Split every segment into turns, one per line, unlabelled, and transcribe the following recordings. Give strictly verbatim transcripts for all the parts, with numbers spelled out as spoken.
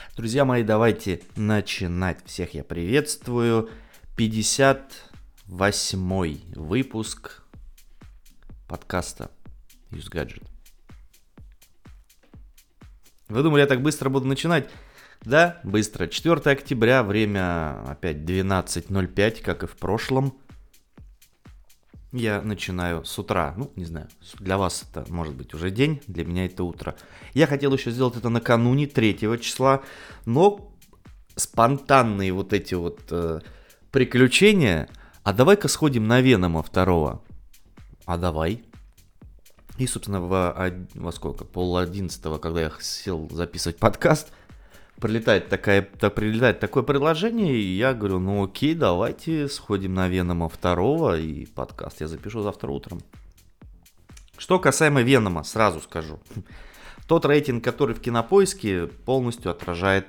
Друзья мои, давайте начинать. Всех я приветствую. пятьдесят восьмой выпуск подкаста Use Gadget. Вы думали, я так быстро буду начинать? Да, быстро. четвёртого октября, время опять двенадцать ноль пять, как и в прошлом. Я начинаю с утра. Ну, не знаю, для вас это может быть уже день, для меня это утро. Я хотел еще сделать это накануне третьего числа, но спонтанные вот эти вот э, приключения. А давай-ка сходим на Венома второго. А давай. И, собственно, во, во сколько? Пол одиннадцатого, когда я сел записывать подкаст, прилетает, такая, так, прилетает такое предложение, и я говорю, ну окей, давайте сходим на Венома второго, и подкаст я запишу завтра утром. Что касаемо Венома, сразу скажу. Тот рейтинг, который в Кинопоиске, полностью отражает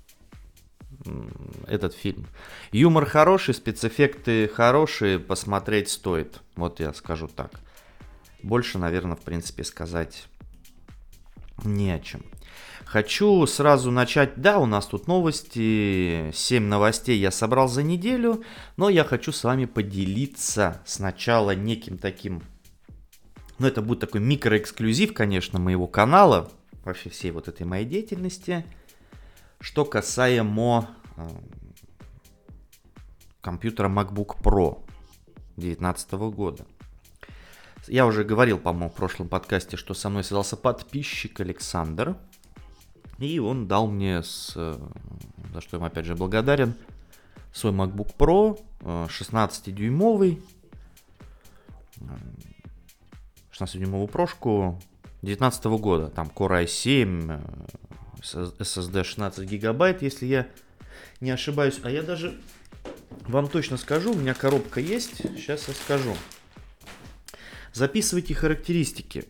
этот фильм. Юмор хороший, спецэффекты хорошие, посмотреть стоит. Вот я скажу так. Больше, наверное, в принципе, сказать не о чем. Хочу сразу начать. Да, у нас тут новости. семь новостей я собрал за неделю. Но я хочу с вами поделиться сначала неким таким... Ну, это будет такой микроэксклюзив, конечно, моего канала. Вообще всей вот этой моей деятельности. Что касаемо э, компьютера MacBook Pro две тысячи девятнадцатого года. Я уже говорил, по-моему, в прошлом подкасте, что со мной связался подписчик Александр. И он дал мне, с, за что я ему опять же благодарен, свой MacBook Pro шестнадцатидюймовый. шестнадцатидюймовую прошку две тысячи девятнадцатого года. Там Core ай семь, эс эс ди шестнадцать гигабайт, если я не ошибаюсь. А я даже вам точно скажу, у меня коробка есть, сейчас я скажу. Записывайте характеристики.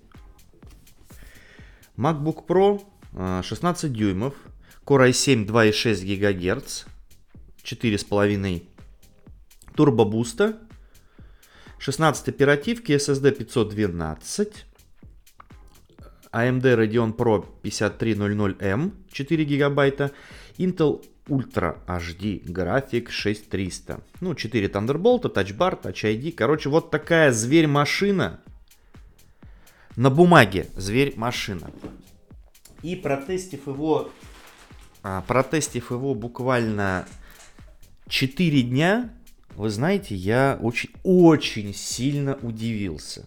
MacBook Pro шестнадцать дюймов, Core ай семь два и шесть гигагерц, четыре с половиной турбобуста, шестнадцать оперативки, эс эс ди пятьсот двенадцать, эй эм ди Radeon Pro пятьдесят три ноль эм, четыре гигабайта, Intel Ultra эйч ди график шесть триста, ну четыре Thunderbolt, Touch Bar, Touch ай ди, короче вот такая зверь-машина, на бумаге зверь-машина. И протестив его, а, протестив его буквально четыре дня, вы знаете, я очень, очень сильно удивился.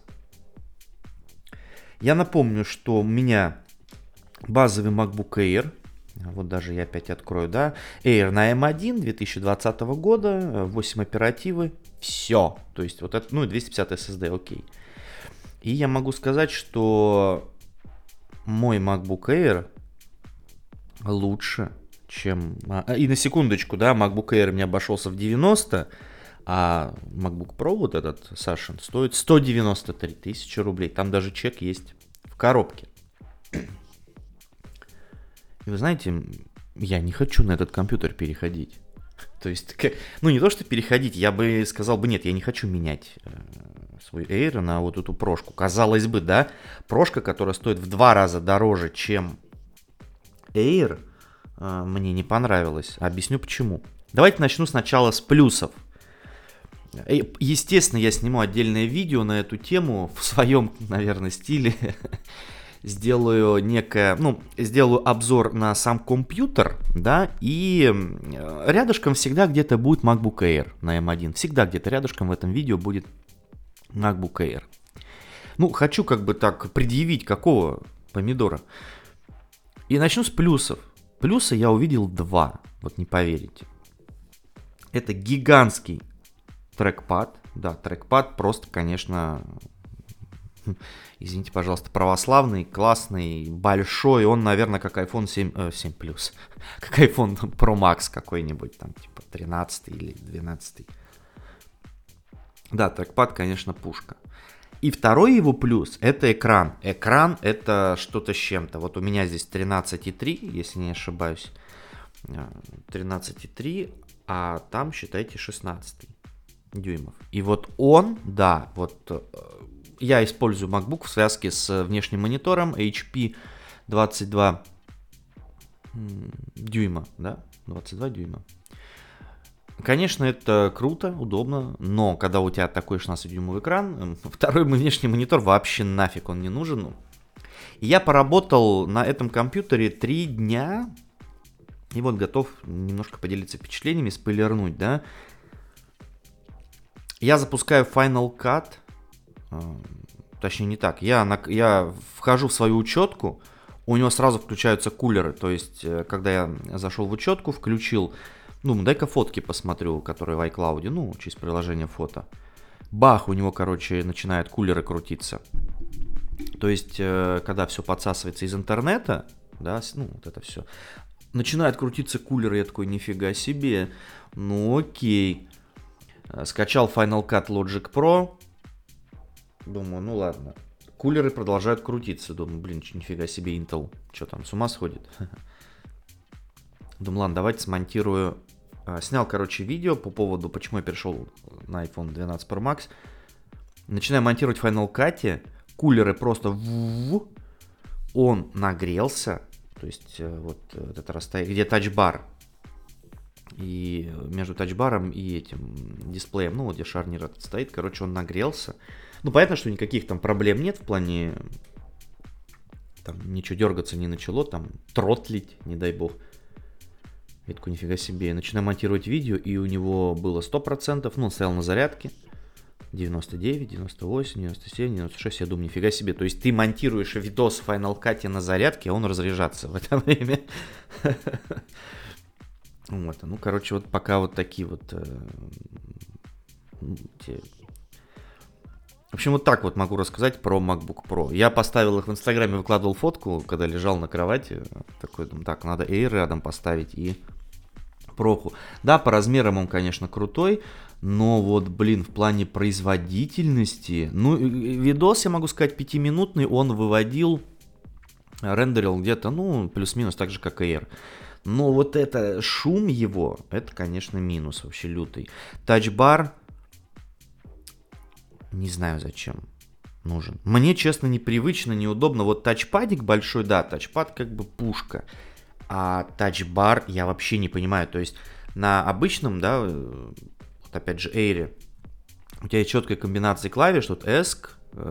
Я напомню, что у меня базовый MacBook Air, вот даже я опять открою, да, Air на эм один две тысячи двадцатого года, восемь оперативы, все. То есть вот это, ну и двести пятьдесят эс эс ди, окей. И я могу сказать, что мой MacBook Air лучше, чем... И на секундочку, да, MacBook Air мне обошелся в девяносто, а MacBook Pro, вот этот, Сашин, стоит сто девяносто три тысячи рублей. Там даже чек есть в коробке. И вы знаете, я не хочу на этот компьютер переходить. То есть, ну не то, что переходить, я бы сказал бы, нет, я не хочу менять свой Air на вот эту прошку. Казалось бы, да, прошка, которая стоит в два раза дороже, чем Air, мне не понравилась. Объясню почему. Давайте начну сначала с плюсов. Естественно, я сниму отдельное видео на эту тему в своем, наверное, стиле. Сделаю некое, ну, сделаю обзор на сам компьютер, да, и рядышком всегда где-то будет MacBook Air на эм один. Всегда где-то рядышком в этом видео будет MacBook Air. Ну, хочу как бы так предъявить, какого помидора. И начну с плюсов. Плюсы я увидел два, вот не поверите. Это гигантский трекпад. Да, трекпад просто, конечно... Извините, пожалуйста, православный, классный, большой. Он, наверное, как iPhone семь, э, семь плюс. Как iPhone Pro Max какой-нибудь, там, типа тринадцатый или двенадцатый. Да, трекпад, конечно, пушка. И второй его плюс — это экран. Экран — это что-то с чем-то. Вот у меня здесь тринадцать и три, если не ошибаюсь. тринадцать и три, а там, считайте, шестнадцать дюймов. И вот он, да, вот... Я использую MacBook в связке с внешним монитором эйч пи двадцать два дюйма, да, двадцать два дюйма. Конечно, это круто, удобно, но когда у тебя такой шестнадцатидюймовый экран, второй внешний монитор вообще нафиг он не нужен. Я поработал на этом компьютере три дня, и вот готов немножко поделиться впечатлениями, спойлернуть, да. Я запускаю Final Cut, точнее не так, я, на, я вхожу в свою учетку, у него сразу включаются кулеры, то есть когда я зашел в учетку, включил, ну дай-ка фотки посмотрю, которые в iCloud, ну через приложение фото, бах, у него, короче, начинают кулеры крутиться. То есть когда все подсасывается из интернета, да, ну вот это все, начинает крутиться кулеры, я такой, нифига себе, ну окей. Скачал Final Cut Logic Pro. Думаю, ну ладно. Кулеры продолжают крутиться. Думаю, блин, нифига себе Intel. Что там, с ума сходит? Думаю, ладно, давайте смонтирую. Снял, короче, видео по поводу, почему я перешел на iPhone двенадцать Pro Max. Начинаю монтировать в Final Cut. Кулеры просто... Он нагрелся. То есть вот это расстояние, где тачбар. И между тачбаром и этим дисплеем, ну вот где шарнир этот стоит, короче, он нагрелся. Ну, понятно, что никаких там проблем нет в плане, там ничего дергаться не начало, там тротлить, не дай бог. Я такой, нифига себе. Я начинаю монтировать видео, и у него было сто процентов, ну, он стоял на зарядке. девяносто девять, девяносто восемь, девяносто семь, девяносто шесть, я думаю, нифига себе. То есть ты монтируешь видос в Final Cut на зарядке, а он разряжаться в это время. Вот, ну, короче, вот пока вот такие вот... Э, те... В общем, вот так вот могу рассказать про MacBook Pro. Я поставил их в Инстаграме, выкладывал фотку, когда лежал на кровати. Такой, думаю, так, надо Air рядом поставить и Проху. Да, по размерам он, конечно, крутой, но вот, блин, в плане производительности... Ну, видос, я могу сказать, пятиминутный, он выводил, рендерил где-то, ну, плюс-минус так же, как Air. Но вот это, шум его, это, конечно, минус вообще лютый. Тачбар, не знаю зачем нужен. Мне, честно, непривычно, неудобно. Вот тачпадик большой, да, тачпад как бы пушка. А тачбар я вообще не понимаю. То есть на обычном, да, вот опять же, Air, у тебя есть четкая комбинация клавиш, тут эск,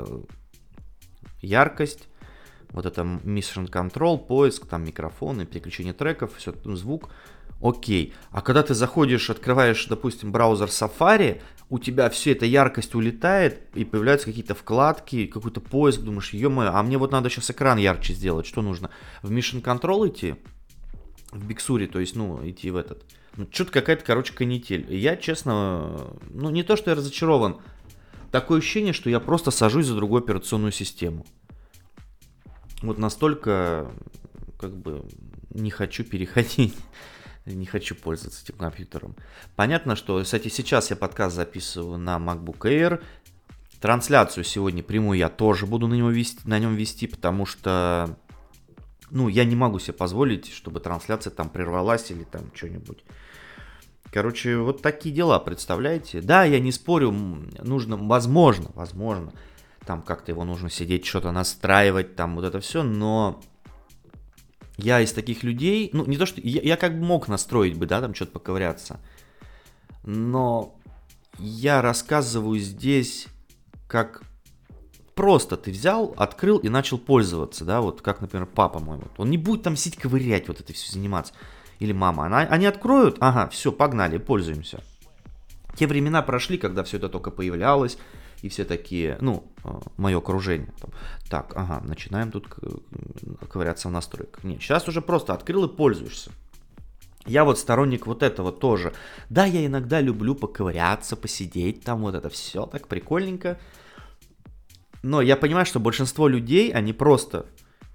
яркость, вот это Mission Control, поиск, там микрофоны, переключение треков, все, звук, окей. А когда ты заходишь, открываешь, допустим, браузер Safari, у тебя все эта яркость улетает, и появляются какие-то вкладки, какой-то поиск, думаешь, ё-моё, а мне вот надо сейчас экран ярче сделать, что нужно? В Mission Control идти? В Big Sur, то есть, ну, идти в этот. Ну, что-то какая-то, короче, канитель. И я, честно, ну, не то, что я разочарован, такое ощущение, что я просто сажусь за другую операционную систему. Вот настолько, как бы, не хочу переходить, не хочу пользоваться этим компьютером. Понятно, что, кстати, сейчас я подкаст записываю на MacBook Air. Трансляцию сегодня прямую я тоже буду на, него вести, на нем вести, потому что, ну, я не могу себе позволить, чтобы трансляция там прервалась или там что-нибудь. Короче, вот такие дела, представляете? Да, я не спорю, нужно, возможно, возможно, там как-то его нужно сидеть, что-то настраивать, там вот это все, но я из таких людей, ну не то что, я, я как бы мог настроить бы, да, там что-то поковыряться, но я рассказываю здесь, как просто ты взял, открыл и начал пользоваться, да, вот как, например, папа мой, вот, он не будет там сидеть ковырять, вот это все заниматься, или мама, она, они откроют, ага, все, погнали, пользуемся. Те времена прошли, когда все это только появлялось, и все такие, ну, мое окружение. Там, так, ага, начинаем тут ковыряться в настройках. Нет, сейчас уже просто открыл и пользуешься. Я вот сторонник вот этого тоже. Да, я иногда люблю поковыряться, посидеть там, вот это все так прикольненько. Но я понимаю, что большинство людей, они просто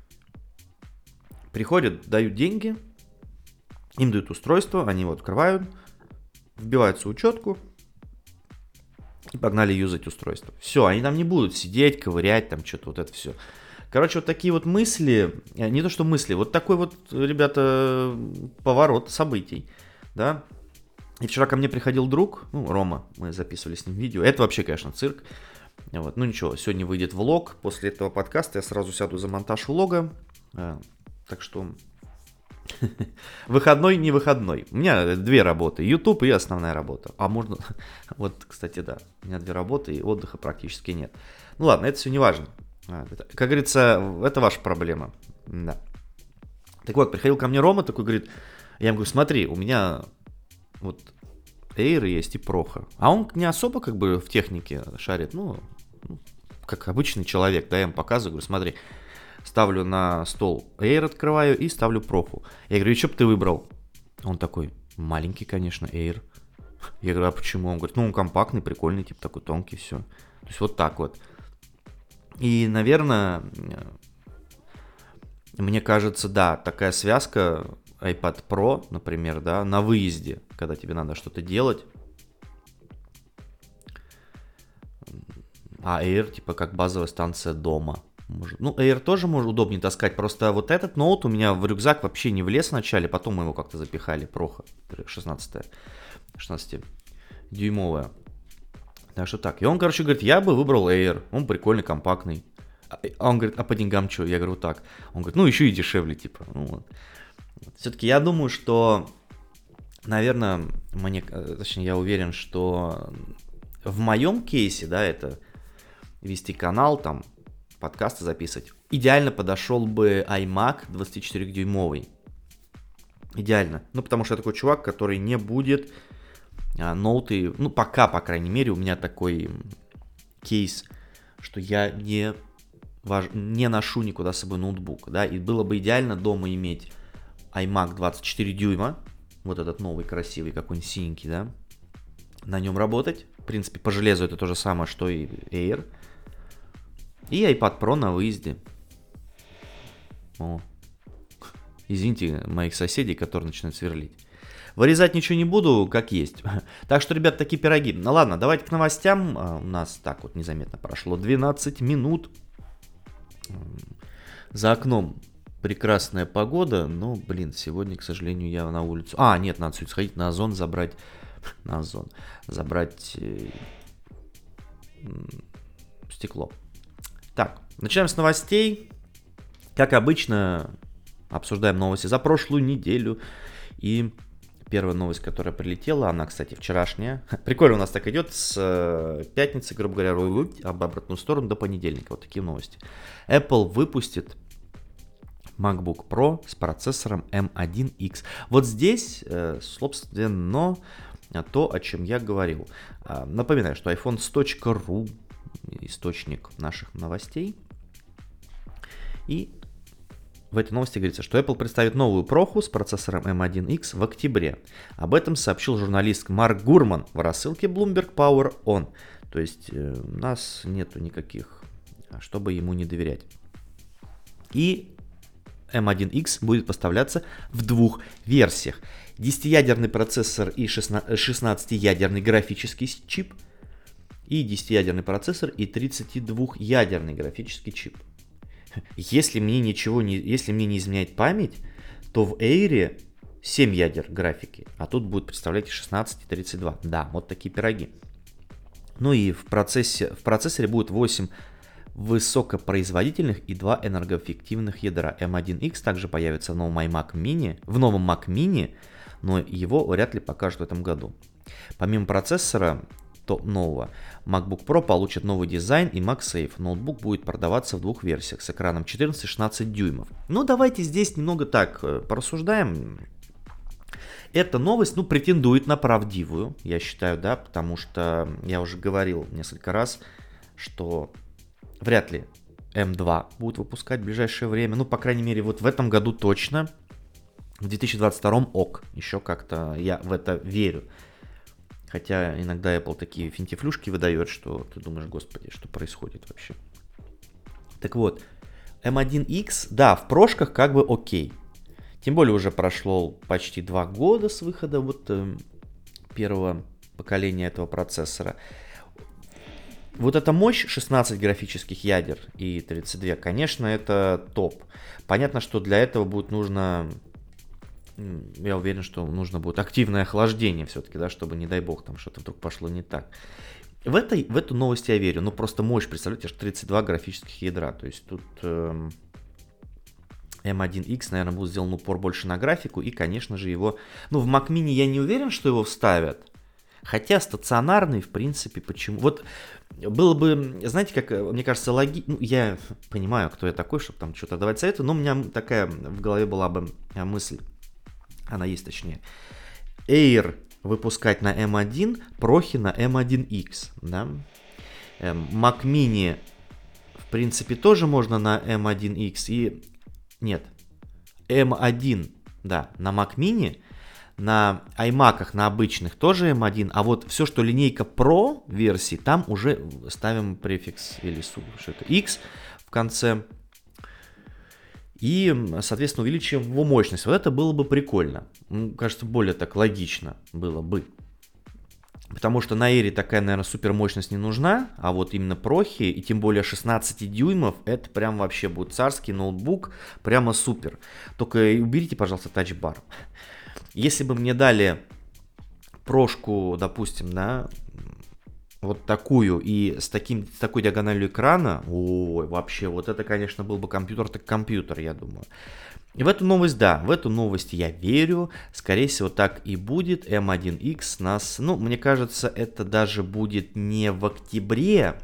приходят, дают деньги, им дают устройство, они его открывают, вбивают свою учетку, и погнали юзать устройство. Все, они там не будут сидеть, ковырять, там что-то вот это все. Короче, вот такие вот мысли, не то что мысли, вот такой вот, ребята, поворот событий, да. И вчера ко мне приходил друг, ну, Рома, мы записывали с ним видео. Это вообще, конечно, цирк. Вот, ну ничего, сегодня выйдет влог. После этого подкаста я сразу сяду за монтаж влога. Так что Выходной, не выходной. У меня две работы. YouTube и основная работа. А можно... Вот, кстати, да. У меня две работы и отдыха практически нет. Ну ладно, это все не важно. Как говорится, это ваша проблема. Да. Так вот, приходил ко мне Рома, такой говорит... Я ему говорю, смотри, у меня вот Air есть и Proха. А он не особо как бы в технике шарит. Ну, как обычный человек. Да, я ему показываю, говорю, смотри... Ставлю на стол Air, открываю и ставлю Проху. Я говорю, и что бы ты выбрал? Он такой, маленький, конечно, Air. Я говорю, а почему? Он говорит, ну он компактный, прикольный, типа такой тонкий, все. То есть вот так вот. И, наверное, мне кажется, да, такая связка iPad Pro, например, да, на выезде, когда тебе надо что-то делать. А Air, типа, как базовая станция дома. Может. Ну, Air тоже может удобнее таскать, просто вот этот ноут у меня в рюкзак вообще не влез вначале, потом мы его как-то запихали, Проха шестнадцать, шестнадцатидюймовая. Так что так. И он, короче, говорит, я бы выбрал Air, он прикольный, компактный. А он говорит, а по деньгам что? Я говорю, так. Он говорит, ну, еще и дешевле, типа. Ну, вот. Все-таки я думаю, что, наверное, мне, точнее, я уверен, что в моем кейсе, да, это вести канал, там, подкасты записывать, идеально подошел бы iMac двадцатичетырёхдюймовый. Идеально. Ну, потому что я такой чувак, который не будет а, ноуты, ну, пока, по крайней мере, у меня такой кейс, что я не, вож... не ношу никуда с собой ноутбук, да, и было бы идеально дома иметь iMac двадцать четыре дюйма, вот этот новый, красивый, какой-нибудь синенький, да, на нем работать. В принципе, по железу это то же самое, что и Air. И iPad Pro на выезде. О. Извините моих соседей, которые начинают сверлить. Вырезать ничего не буду, как есть. Так что, ребят, такие пироги. Ну ладно, давайте к новостям. У нас так вот незаметно прошло двенадцать минут. За окном прекрасная погода. Но, блин, сегодня, к сожалению, я на улицу... А, нет, надо сегодня сходить на Озон, забрать... На Озон. Забрать... Стекло. Так, начинаем с новостей. Как обычно, обсуждаем новости за прошлую неделю. И первая новость, которая прилетела, она, кстати, вчерашняя. Прикольно у нас так идет с пятницы, грубо говоря, об обратную сторону до понедельника. Вот такие новости. Apple выпустит MacBook Pro с процессором эм один икс. Вот здесь, собственно, то, о чем я говорил. Напоминаю, что айфон точка ру источник наших новостей. И в этой новости говорится, что Apple представит новую Проху с процессором эм один икс в октябре. Об этом сообщил журналист Марк Гурман в рассылке Bloomberg Power On. То есть э, у нас нету никаких, чтобы ему не доверять. И эм один икс будет поставляться в двух версиях. десятиядерный процессор и шестнадцатиядерный графический чип. И десятиядерный процессор и тридцатидвухъядерный графический чип. Если мне ничего не, если мне не изменяет память, то в Air семь ядер графики, а тут будет, представляете, шестнадцать и тридцать два. Да, вот такие пироги. Ну и в, процессе, в процессоре будет восемь высокопроизводительных и два энергоэффективных ядра. эм один икс также появится в новом iMac mini, в новом Mac mini, но его вряд ли покажут в этом году. Помимо процессора нового, MacBook Pro получит новый дизайн и MagSafe. Ноутбук будет продаваться в двух версиях с экраном четырнадцать и шестнадцать дюймов. Ну, давайте здесь немного так порассуждаем. Эта новость, ну, претендует на правдивую, я считаю, да, потому что я уже говорил несколько раз, что вряд ли эм два будут выпускать в ближайшее время. Ну, по крайней мере, вот в этом году точно. В две тысячи двадцать втором ок. Еще как-то я в это верю. Хотя иногда Apple такие финтифлюшки выдает, что ты думаешь, господи, что происходит вообще. Так вот, эм один икс, да, в прошках как бы окей. Тем более уже прошло почти два года с выхода вот э, первого поколения этого процессора. Вот эта мощь, шестнадцать графических ядер и тридцать два, конечно, это топ. Понятно, что для этого будет нужно... Я уверен, что нужно будет активное охлаждение все-таки, да, чтобы, не дай бог, там что-то вдруг пошло не так. В, этой, в эту новость я верю, но просто мощь, представляете, аж тридцать два графических ядра, то есть тут э, эм один икс, наверное, будет сделан упор больше на графику. И, конечно же, его... Ну, в Mac Mini я не уверен, что его вставят. Хотя стационарный, в принципе, почему... Вот было бы, знаете, как, мне кажется, логично... Ну, я понимаю, кто я такой, чтобы там что-то давать советы, но у меня такая в голове была бы мысль. Она есть, точнее. Air выпускать на эм один, прохи на эм один икс, да? Mac Mini, в принципе, тоже можно на эм один икс и... Нет, эм один, да, на Mac Mini, на iMac'ах, на обычных тоже эм один, а вот все, что линейка Pro версии, там уже ставим префикс или что это, X в конце. И, соответственно, увеличиваем его мощность. Вот это было бы прикольно. Кажется, более так логично было бы. Потому что на Air такая, наверное, супер мощность не нужна. А вот именно прохи, и тем более шестнадцать дюймов, это прям вообще будет царский ноутбук. Прямо супер. Только уберите, пожалуйста, тачбар. Если бы мне дали прошку, допустим, да, вот такую и с, таким, с такой диагональю экрана, ой, вообще, вот это, конечно, был бы компьютер, так компьютер, я думаю. И в эту новость, да, в эту новость я верю, скорее всего, так и будет. эм один икс нас, ну, мне кажется, это даже будет не в октябре,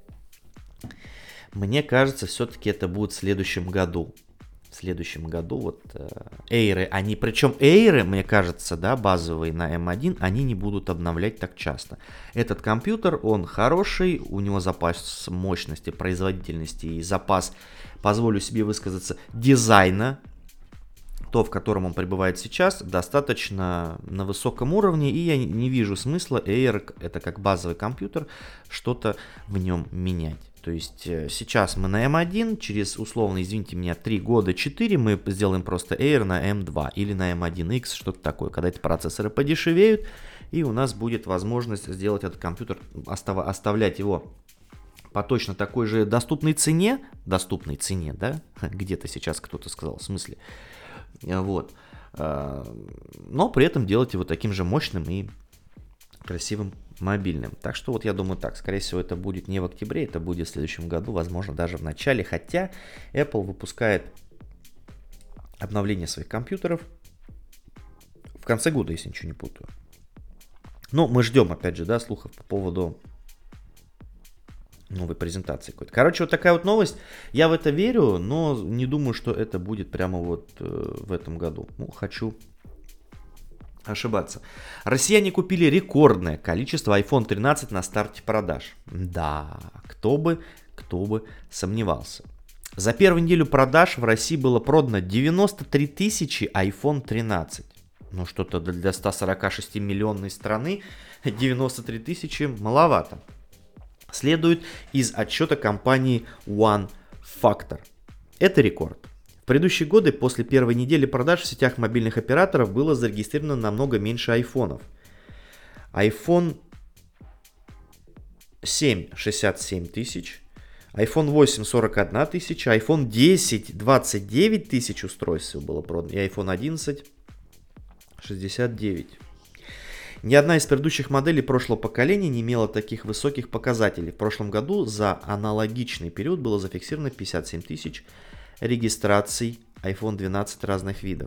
мне кажется, все-таки это будет в следующем году. В следующем году вот эйры, они, причем эйры, мне кажется, да, базовые на эм один, они не будут обновлять так часто. Этот компьютер, он хороший, у него запас мощности, производительности и запас, позволю себе высказаться, дизайна, то, в котором он пребывает сейчас, достаточно на высоком уровне, и я не вижу смысла Air, это как базовый компьютер, что-то в нем менять. То есть сейчас мы на эм один, через условно, извините меня, три года, четыре мы сделаем просто Air на эм два или на эм один икс, что-то такое, когда эти процессоры подешевеют, и у нас будет возможность сделать этот компьютер, остав- оставлять его по точно такой же доступной цене, доступной цене, да, где-то сейчас кто-то сказал, в смысле, вот, но при этом делать его таким же мощным и красивым мобильным. Так что вот я думаю так, скорее всего это будет не в октябре, это будет в следующем году, возможно даже в начале, хотя Apple выпускает обновление своих компьютеров в конце года, если ничего не путаю. Но мы ждем, опять же, да, слухов по поводу новой презентации какой-то. Короче, вот такая вот новость. Я в это верю, но не думаю, что это будет прямо вот э, в этом году. Ну, хочу ошибаться. Россияне купили рекордное количество айфон тринадцать на старте продаж. Да, кто бы, кто бы сомневался. За первую неделю продаж в России было продано девяносто три тысячи айфон тринадцать. Ну, что-то для ста сорока шести миллионной страны девяносто три тысячи маловато. Следует из отчета компании One Factor. Это рекорд. В предыдущие годы после первой недели продаж в сетях мобильных операторов было зарегистрировано намного меньше айфонов. iPhone семь шестьдесят семь тысяч, iPhone восемь сорок одна тысяча, iPhone десять двадцать девять тысяч устройств было продано и iPhone одиннадцать шестьдесят девять. Ни одна из предыдущих моделей прошлого поколения не имела таких высоких показателей. В прошлом году за аналогичный период было зафиксировано пятьдесят семь тысяч регистраций айфон двенадцать разных видов.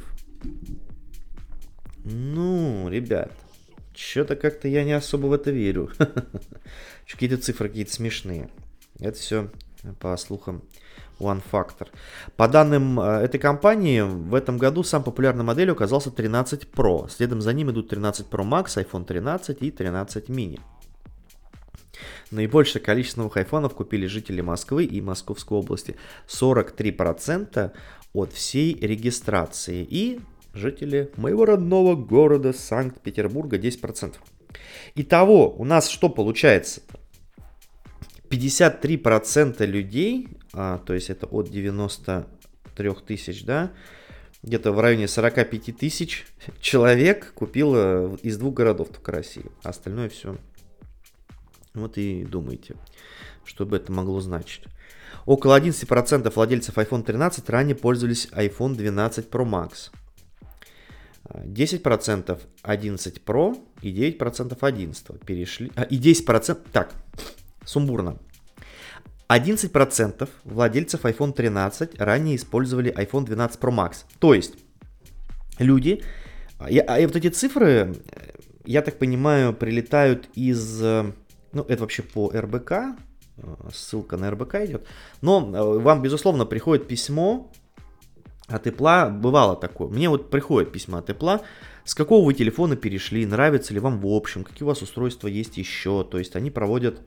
Ну, ребят, что-то как-то я не особо в это верю. Какие-то цифры какие-то смешные. Это все по слухам One Factor. По данным этой компании, в этом году самой популярной моделью оказался тринадцать Pro. Следом за ним идут тринадцать Pro Max, iPhone тринадцать и тринадцать mini. Наибольшее количество новых айфонов купили жители Москвы и Московской области. сорок три процента от всей регистрации. И жители моего родного города Санкт-Петербурга десять процентов. Итого, у нас что получается? пятьдесят три процента людей, а, то есть это от девяноста трёх тысяч, да, где-то в районе сорока пяти тысяч человек купило из двух городов только России. А остальное все. Вот и думайте, что бы это могло значить. Около одиннадцать процентов владельцев айфон тринадцать ранее пользовались айфон двенадцать Pro Max. десять процентов одиннадцать Pro и девять процентов одиннадцать перешли. А, и десять процентов... Так, сумбурно. одиннадцать процентов владельцев айфон тринадцать ранее использовали айфон двенадцать про макс. То есть люди, я, а вот эти цифры, я так понимаю, прилетают из, ну это вообще по эр бэ ка, ссылка на эр бэ ка идет, но вам, безусловно, приходит письмо от Apple, бывало такое, мне вот приходит письмо от Apple, с какого вы телефона перешли, нравится ли вам в общем, какие у вас устройства есть еще, то есть они проводят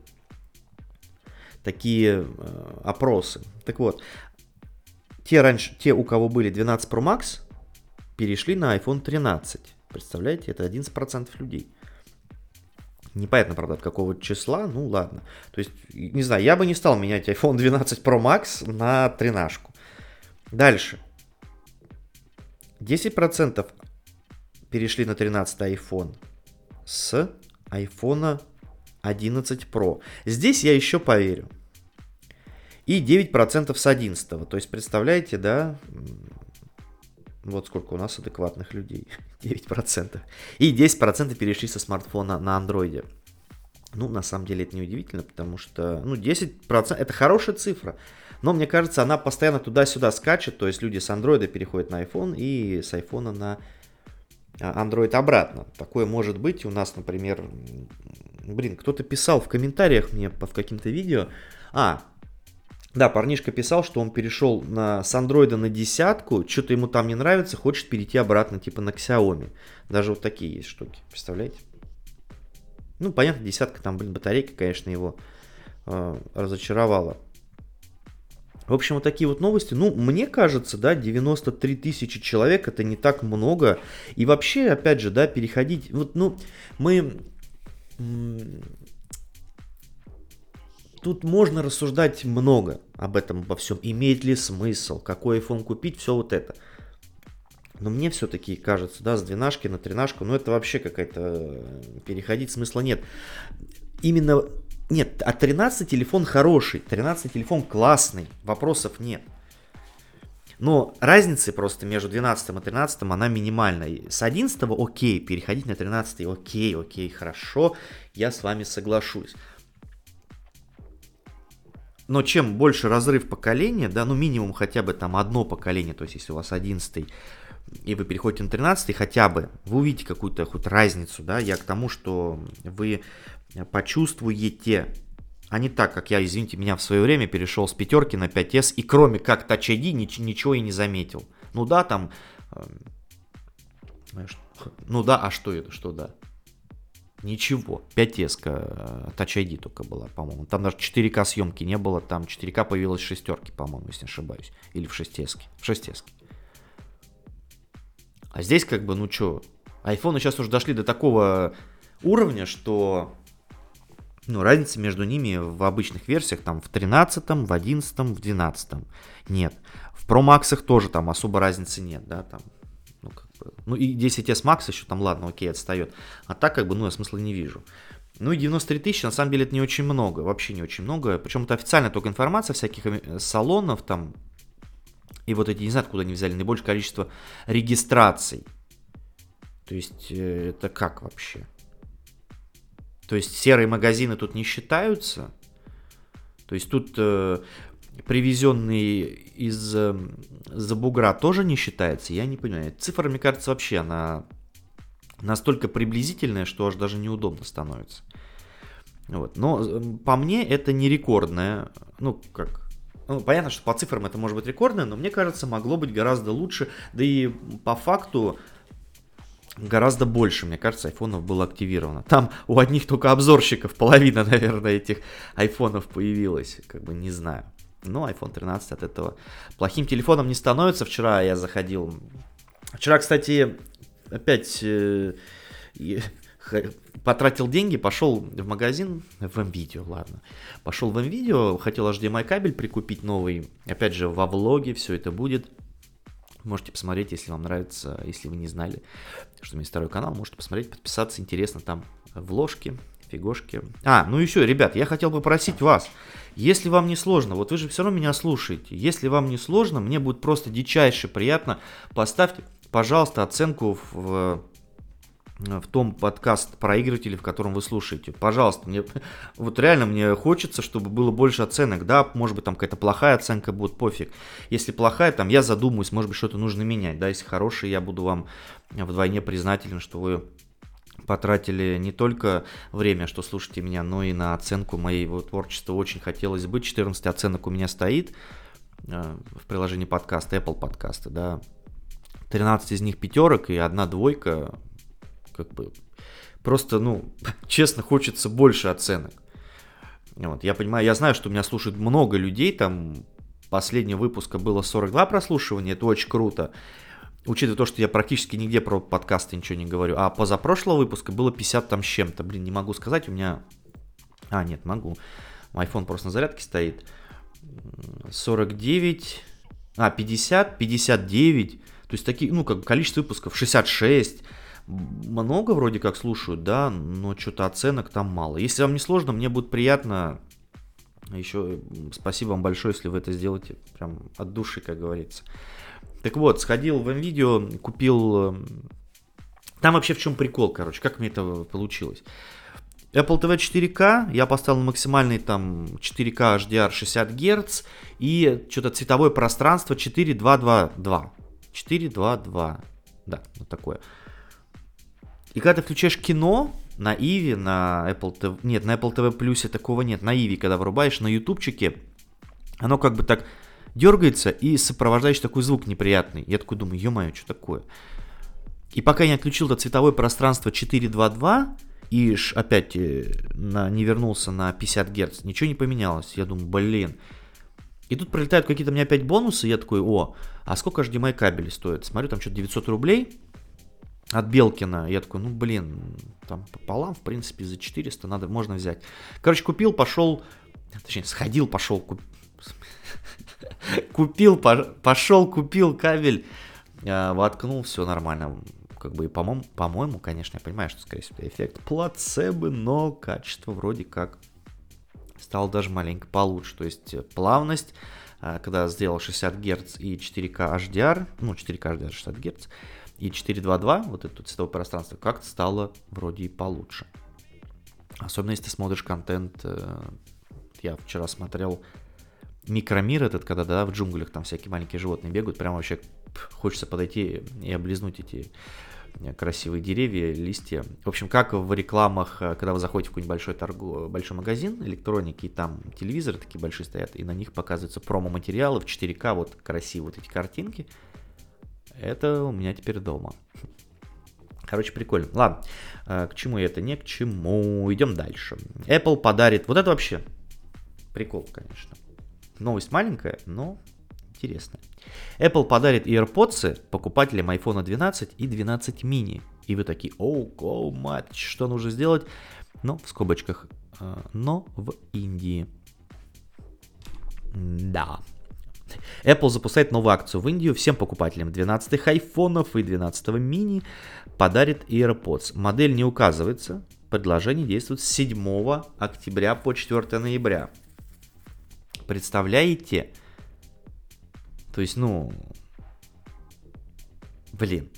такие э, опросы. Так вот, те, раньше, те, у кого были двенадцать про макс, перешли на айфон тринадцать. Представляете, это одиннадцать процентов людей. Непонятно, правда, от какого числа, ну ладно. То есть, не знаю, я бы не стал менять айфон двенадцать про макс на тринашку. Дальше. десять процентов перешли на тринадцатый iPhone с айфона одиннадцать про. Здесь я еще поверю. И девять процентов с одиннадцатого. То есть, представляете, да, вот сколько у нас адекватных людей. девять процентов. И десять процентов перешли со смартфона на андроиде. Ну, на самом деле, это неудивительно, потому что, ну, десять процентов это хорошая цифра. Но, мне кажется, она постоянно туда-сюда скачет. То есть, люди с андроида переходят на iPhone и с айфона на Android обратно. Такое может быть. У нас, например, блин, кто-то писал в комментариях мне под каким-то видео. А, да, парнишка писал, что он перешел на, с Android на десятку, что-то ему там не нравится, хочет перейти обратно, типа на Xiaomi. Даже вот такие есть штуки, представляете? Ну, понятно, десятка, там, блин, батарейка, конечно, его э, разочаровала. В общем, вот такие вот новости. Ну, мне кажется, да, девяносто три тысячи человек, это не так много. И вообще, опять же, да, переходить... Вот, ну, мы... Тут можно рассуждать много об этом, обо всем. Имеет ли смысл, какой iPhone купить, все вот это. Но мне все-таки кажется, да, с двенашки на тринашку, ну, это вообще какая-то... Переходить смысла нет. Именно... Нет, а тринадцатый телефон хороший, тринадцатый телефон классный, вопросов нет. Но разница просто между двенадцатым и тринадцатым, она минимальная. С одиннадцатого окей, переходить на тринадцатый окей, окей, хорошо, я с вами соглашусь. Но чем больше разрыв поколения, да, ну минимум хотя бы там одно поколение, то есть если у вас одиннадцатый и вы переходите на тринадцатый, хотя бы вы увидите какую-то хоть разницу, да, я к тому, что вы почувствуете, а не так, как я, извините меня, в свое время перешел с пятерки на пять эс и кроме как Touch ай ди нич- ничего и не заметил. Ну да, там, э, ну да, а что это, что да? Ничего, пять эс Touch ай ди только была, по-моему. Там даже четыре ка съемки не было, там четыре ка появилась в шестерке, по-моему, если не ошибаюсь. Или в шесть эс. В шесть эс. А здесь как бы, ну что, айфоны сейчас уже дошли до такого уровня, что ну, разница между ними в обычных версиях, там в тринадцатом, в одиннадцатом, в двенадцатом нет. В Pro Max тоже там особо разницы нет, да, там, ну, как бы, ну и десять эс Max еще там, ладно, окей, отстает. А так, как бы, ну, я смысла не вижу. Ну и девяносто три тысячи, на самом деле, это не очень много, вообще не очень много. Причем это официальная только информация всяких салонов там. И вот эти, не знаю, откуда они взяли наибольшее количество регистраций. То есть, это как вообще? То есть, серые магазины тут не считаются? То есть, тут э, привезенные из-за бугра тоже не считается? Я не понимаю. Цифра, мне кажется, вообще она настолько приблизительная, что аж даже неудобно становится. Вот. Но по мне это не рекордная, ну, как... Ну, понятно, что по цифрам это может быть рекордное, но мне кажется, могло быть гораздо лучше. Да и по факту гораздо больше, мне кажется, айфонов было активировано. Там у одних только обзорщиков половина, наверное, этих айфонов появилась. Как бы не знаю. Но айфон тринадцать от этого плохим телефоном не становится. Вчера я заходил... Вчера, кстати, опять... Э, потратил деньги, пошел в магазин, в МВидео, ладно. Пошел в МВидео, хотел эйч ди эм ай кабель прикупить новый. Опять же, во влоге все это будет. Можете посмотреть, если вам нравится, если вы не знали, что у меня есть второй канал, можете посмотреть, подписаться, интересно, там вложки, фигошки. А, ну еще, ребят, я хотел попросить вас, если вам не сложно, вот вы же все равно меня слушаете, если вам не сложно, мне будет просто дичайше приятно, поставьте, пожалуйста, оценку в... в том подкаст-проигрывателе, в котором вы слушаете. Пожалуйста, мне, вот реально мне хочется, чтобы было больше оценок. Да, может быть, там какая-то плохая оценка будет, пофиг. Если плохая, там я задумаюсь, может быть, что-то нужно менять. Да, если хорошая, я буду вам вдвойне признателен, что вы потратили не только время, что слушаете меня, но и на оценку моего творчества. Очень хотелось бы. четырнадцать оценок у меня стоит э, в приложении подкаста, Apple подкасты, да. тринадцать из них пятерок и одна двойка. Как бы просто, ну, честно, хочется больше оценок. Вот, я понимаю, я знаю, что меня слушает много людей, там последнего выпуска было сорок два прослушивания, это очень круто, учитывая то, что я практически нигде про подкасты ничего не говорю, а позапрошлого выпуска было пятьдесят там с чем-то, блин, не могу сказать, у меня, а, нет, могу, iPhone просто на зарядке стоит, сорок девять, а, пятьдесят, пятьдесят девять, то есть такие, ну, как количество выпусков, шестьдесят шесть, много вроде как слушают, да, но что-то оценок там мало. Если вам не сложно, мне будет приятно. Еще спасибо вам большое, если вы это сделаете прям от души, как говорится. Так вот, сходил в МВидео, купил... Там вообще в чем прикол, короче, как мне это получилось. Apple ти ви четыре ка, я поставил на максимальный там четыре ка эйч ди ар шестьдесят Гц и что-то цветовое пространство четыре два два два. четыре два два, да, вот такое. И когда ты включаешь кино на Иви, на Apple ти ви, нет, на Apple ти ви Plus такого нет, на Иви, когда врубаешь, на ютубчике, оно как бы так дергается и сопровождающий такой звук неприятный. Я такой думаю, ё-моё, что такое? И пока я не отключил это цветовое пространство четыре два два и опять на, не вернулся на пятьдесят Гц, ничего не поменялось. Я думаю, блин. И тут прилетают какие-то у меня опять бонусы, я такой, о, а сколько эйч ди эм ай кабели стоит? Смотрю, там что-то девятьсот рублей. От Белкина. Я такой, ну блин, там пополам, в принципе, за четыреста надо, можно взять. Короче, купил, пошел, точнее, сходил, пошел, куп... купил, пошел, купил кабель, воткнул, все нормально. Как бы, по-моему, по-моему, конечно, я понимаю, что, скорее всего, эффект плацебо, но качество вроде как стало даже маленько получше. То есть плавность, когда сделал шестьдесят Гц и четыре ка эйч ди ар, ну, четыре ка эйч ди ар шестьдесят Гц, и четыре два два, вот это цветовое пространство, как-то стало вроде и получше. Особенно если ты смотришь контент. Я вчера смотрел Микромир этот, когда, да, в джунглях там всякие маленькие животные бегают. Прям вообще хочется подойти и облизнуть эти красивые деревья, листья. В общем, как в рекламах, когда вы заходите в какой-нибудь большой, торгу, большой магазин электроники, и там телевизоры такие большие стоят, и на них показываются промо-материалы в четыре ка, вот красивые вот эти картинки. Это у меня теперь дома. Короче, прикольно. Ладно, к чему это? Не к чему. Идем дальше. Apple подарит... Вот это вообще прикол, конечно. Новость маленькая, но интересная. Apple подарит AirPods покупателям iPhone двенадцать и двенадцать мини. И вы такие, оу, оу, мать, что нужно сделать? Ну, в скобочках, но в Индии. Да. Apple запускает новую акцию в Индию. Всем покупателям двенадцатых айфонов и двенадцатого мини подарит AirPods. Модель не указывается. Предложение действует с седьмого октября по четвёртого ноября. Представляете? То есть, ну... Блин.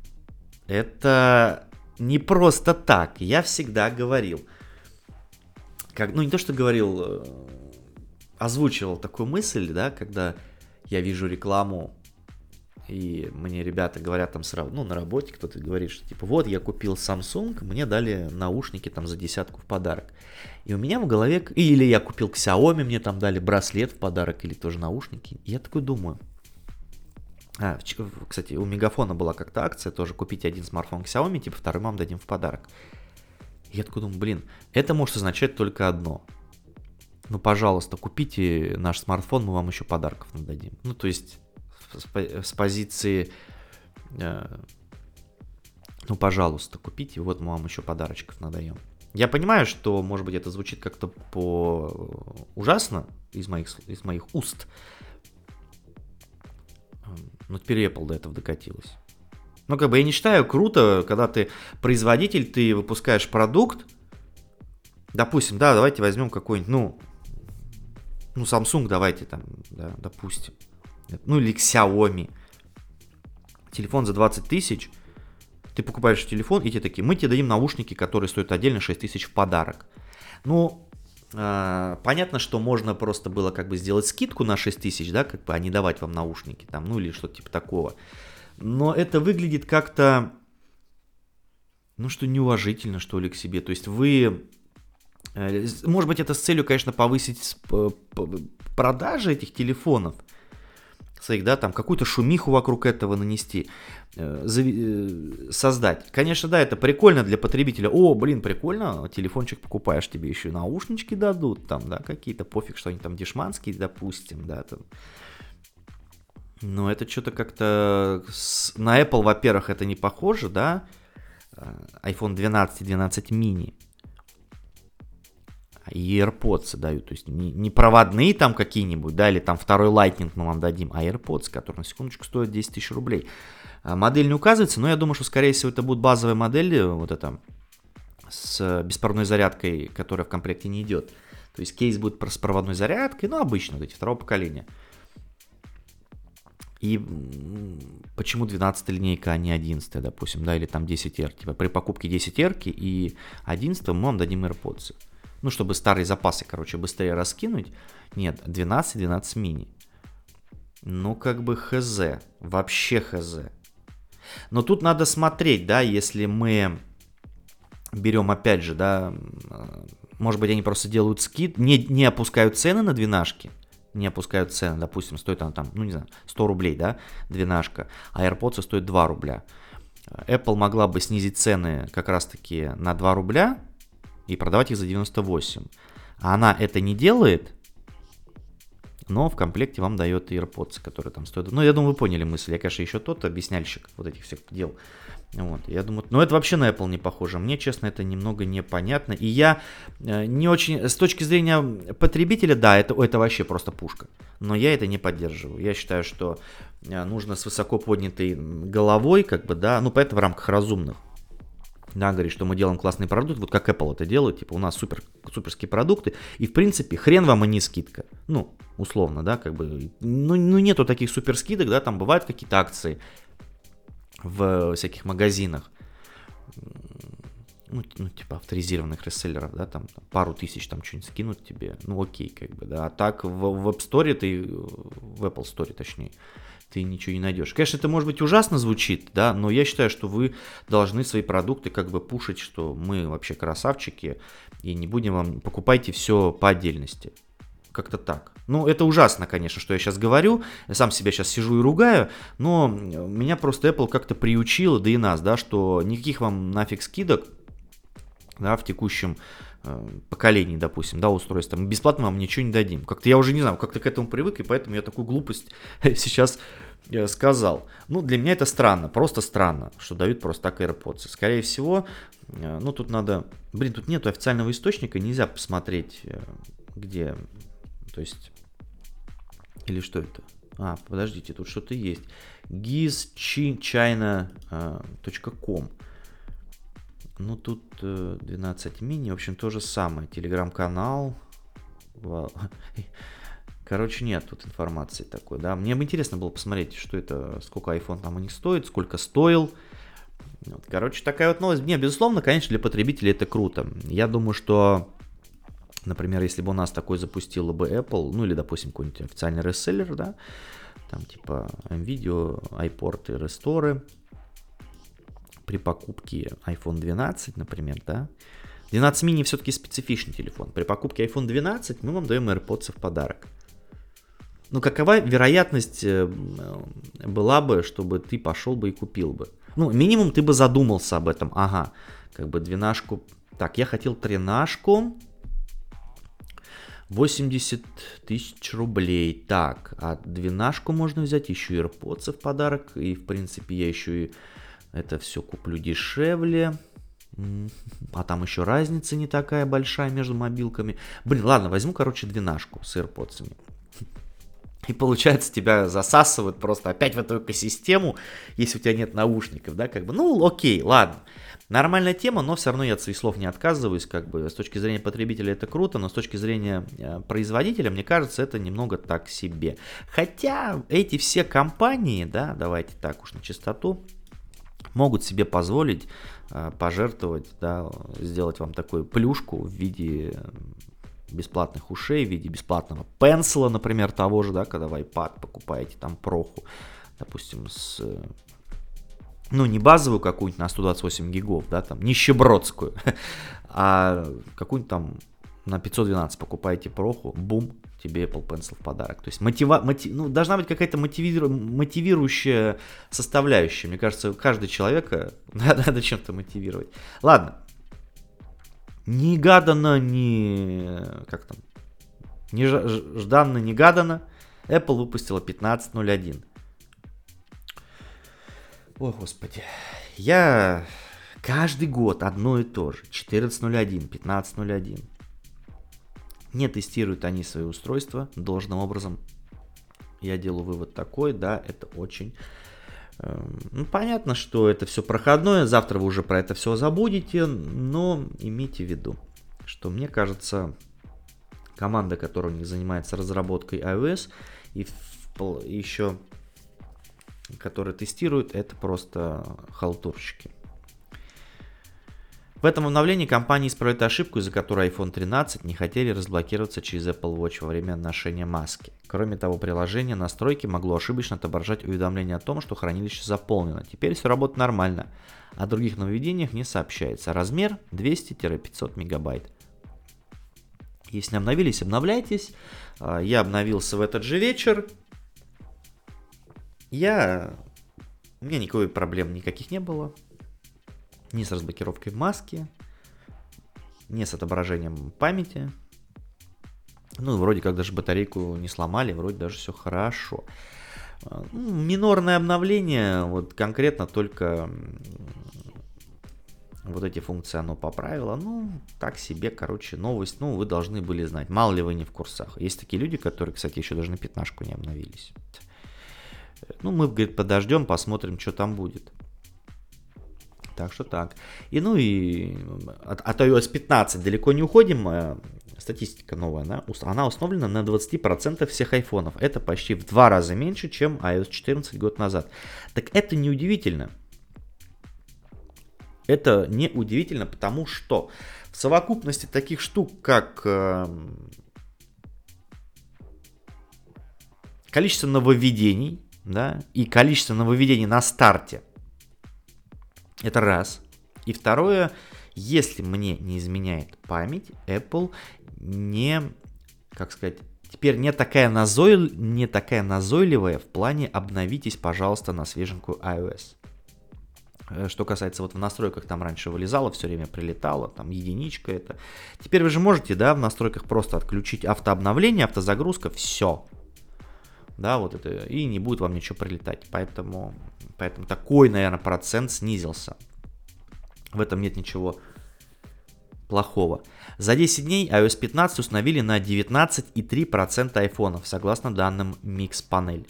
Это не просто так. Я всегда говорил. Как, ну, не то, что говорил... Озвучивал такую мысль, да, когда я вижу рекламу, и мне ребята говорят там, ну, на работе кто-то говорит, что типа, вот, я купил Samsung, мне дали наушники там за десятку в подарок. И у меня в голове, или я купил Xiaomi, мне там дали браслет в подарок, или тоже наушники. И я такой думаю, а, кстати, у Мегафона была как-то акция, тоже купить один смартфон Xiaomi, типа, второй вам дадим в подарок. И я такой думаю, блин, это может означать только одно. Ну, пожалуйста, купите наш смартфон, мы вам еще подарков нададим. Ну, то есть, с позиции, э, ну, пожалуйста, купите, вот мы вам еще подарочков надаем. Я понимаю, что, может быть, это звучит как-то по ужасно из моих, из моих уст, но теперь Apple до этого докатилась. Ну, как бы, я не считаю круто, когда ты производитель, ты выпускаешь продукт, допустим, да, давайте возьмем какой-нибудь, ну, Ну, Samsung давайте там, да, допустим. Ну, или Xiaomi. Телефон за двадцать тысяч Ты покупаешь телефон, и тебе такие, мы тебе дадим наушники, которые стоят отдельно шесть тысяч в подарок. Ну, э, понятно, что можно просто было как бы сделать скидку на шесть тысяч, да, как бы, а не давать вам наушники там, ну или что-то типа такого. Но это выглядит как-то, ну что неуважительно, что ли, к себе. То есть вы, э, может быть, это с целью, конечно, повысить продажи этих телефонов своих, да, там какую-то шумиху вокруг этого нанести, э, зави- э, создать. Конечно, да, это прикольно для потребителя. О, блин, прикольно, телефончик покупаешь, тебе еще и наушнички дадут, там, да, какие-то, пофиг, что они там дешманские, допустим, да, там. Но это что-то как-то с... на Apple, во-первых, это не похоже, да, айфон двенадцать и двенадцать мини. И AirPods дают, то есть не, не проводные там какие-нибудь, да, или там второй Lightning мы вам дадим, а AirPods, которые на секундочку стоят десять тысяч рублей. А модель не указывается, но я думаю, что скорее всего это будут базовые модели, вот это, с беспроводной зарядкой, которая в комплекте не идет. То есть кейс будет с проводной зарядкой, ну обычно, вот эти второго поколения. И почему двенадцатая линейка, а не одиннадцатая, допустим, да, или там десять эр. Типа при покупке десять эр и одиннадцать мы вам дадим AirPods. Ну, чтобы старые запасы, короче, быстрее раскинуть. Нет, двенадцать, двенадцать мини. Ну, как бы хз. Вообще хз. Но тут надо смотреть, да, если мы берем, опять же, да, может быть, они просто делают скид, не, не опускают цены на двенашки. Не опускают цены, допустим, стоит она там, ну, не знаю, сто рублей, да, двенашка, а AirPods стоит два рубля. Apple могла бы снизить цены как раз-таки на два рубля, и продавать их за девяносто восемь. А она это не делает, но в комплекте вам дает AirPods, которые там стоят. Ну, я думаю, вы поняли мысль. Я, конечно, еще тот объясняльщик вот этих всех дел. Вот, я думаю, но это вообще на Apple не похоже. Мне, честно, это немного непонятно. И я не очень, с точки зрения потребителя, да, это, это вообще просто пушка. Но я это не поддерживаю. Я считаю, что нужно с высоко поднятой головой, как бы, да, ну, поэтому в рамках разумных. Да, говорит, что мы делаем классный продукт, вот как Apple это делает, типа у нас супер, суперские продукты, и в принципе хрен вам и не скидка, ну, условно, да, как бы, ну, ну нету таких супер скидок, да, там бывают какие-то акции в всяких магазинах, ну, ну типа авторизированных реселлеров, да, там, там пару тысяч там что-нибудь скинут тебе, ну окей, как бы, да, а так в, в App Store ты, в Apple Store точнее, ты ничего не найдешь. Конечно, это может быть ужасно звучит, да, но я считаю, что вы должны свои продукты как бы пушить, что мы вообще красавчики, и не будем вам, покупайте все по отдельности. Как-то так. Ну, это ужасно, конечно, что я сейчас говорю, я сам себя сейчас сижу и ругаю, но меня просто Apple как-то приучила, да и нас, да, что никаких вам нафиг скидок, да, в текущем э, поколении, допустим, да, устройств, мы бесплатно вам ничего не дадим. Как-то я уже не знаю, как-то к этому привык, и поэтому я такую глупость сейчас э, сказал. Ну, для меня это странно, просто странно, что дают просто так AirPods. Скорее всего, э, ну, тут надо, блин, тут нету официального источника, нельзя посмотреть, э, где, то есть, или что это? А, подождите, тут что-то есть. giz china точка com. Ну, тут э, двенадцать мини, в общем, то же самое. Телеграм-канал. Короче, нет тут информации такой, да. Мне бы интересно было посмотреть, что это, сколько iPhone там у них стоит, сколько стоил. Вот, короче, такая вот новость. Не, безусловно, конечно, для потребителей это круто. Я думаю, что, например, если бы у нас такой запустила бы Apple, ну, или, допустим, какой-нибудь официальный реселлер, да, там, типа, MVideo, iPort и Restore, при покупке айфон двенадцать, например, да, двенадцать мини все-таки специфичный телефон. При покупке айфон двенадцать мы вам даем AirPods в подарок. Ну, какова вероятность была бы, чтобы ты пошел бы и купил бы? Ну, минимум ты бы задумался об этом. Ага, как бы двенашку. Так, я хотел тринашку. восемьдесят тысяч рублей. Так, а двенашку можно взять, еще AirPods в подарок. И, в принципе, я еще и это все куплю дешевле. А там еще разница не такая большая между мобилками. Блин, ладно, возьму, короче, двенашку с AirPods. И получается, тебя засасывают просто опять в эту экосистему, если у тебя нет наушников, да, как бы, ну, окей, ладно. Нормальная тема, но все равно я от своих слов не отказываюсь, как бы, с точки зрения потребителя это круто, но с точки зрения производителя, мне кажется, это немного так себе. Хотя эти все компании, да, давайте так уж на чистоту, могут себе позволить э, пожертвовать, да, сделать вам такую плюшку в виде бесплатных ушей, в виде бесплатного пенсила, например, того же, да, когда в iPad покупаете там проху, допустим, с, ну, не базовую какую-нибудь на сто двадцать восемь гигов, да, там, нищебродскую, а какую-нибудь там на пятьсот двенадцать покупаете проху, бум, тебе Apple Pencil в подарок. То есть мотива, мотив, ну, должна быть какая-то мотивиру, мотивирующая составляющая. Мне кажется, каждый человека надо, надо чем-то мотивировать. Ладно. Негаданно, не... Как там? Нежданно, негаданно Apple выпустила пятнадцать ноль один. Ой, господи. Я каждый год одно и то же. четырнадцать ноль один, пятнадцать ноль один. Не тестируют они свои устройства должным образом. Я делаю вывод такой, да, это очень... Э, ну, понятно, что это все проходное, завтра вы уже про это все забудете, но имейте в виду, что, мне кажется, команда, которая у них занимается разработкой iOS и в, еще, которая тестирует, это просто халтурщики. В этом обновлении компания исправит ошибку, из-за которой iPhone тринадцать не хотели разблокироваться через Apple Watch во время ношения маски. Кроме того, приложение настройки могло ошибочно отображать уведомление о том, что хранилище заполнено. Теперь все работает нормально. О других нововведениях не сообщается. Размер двести - пятьсот мегабайт. Если не обновились, обновляйтесь. Я обновился в этот же вечер. Я... У меня никакой проблем никаких не было. Ни с разблокировкой маски, ни с отображением памяти. Ну, вроде как даже батарейку не сломали, вроде даже все хорошо. Ну, минорное обновление, вот конкретно только вот эти функции оно поправило. Ну, так себе, короче, новость. Ну, вы должны были знать. Мало ли вы не в курсах. Есть такие люди, которые, кстати, еще даже на пятнашку не обновились. Ну, мы, говорит, подождем, посмотрим, что там будет. Так что так. И ну и от, от iOS пятнадцать далеко не уходим. Статистика новая, она, она установлена на двадцать процентов всех айфонов. Это почти в два раза меньше, чем iOS четырнадцать год назад. Так это не удивительно. Это не удивительно, потому что в совокупности таких штук, как э, количество нововведений, да, и количество нововведений на старте, это раз. И второе, если мне не изменяет память, Apple не, как сказать, теперь не такая, назой, не такая назойливая в плане обновитесь, пожалуйста, на свеженькую iOS. Что касается вот в настройках, там раньше вылезало, все время прилетало, там единичка это. Теперь вы же можете, да, в настройках просто отключить автообновление, автозагрузка, все. Да, вот это, и не будет вам ничего прилетать. Поэтому, поэтому такой, наверное, процент снизился. В этом нет ничего плохого. За десять дней iOS пятнадцать установили на девятнадцать и три десятых процента айфонов, согласно данным Mixpanel.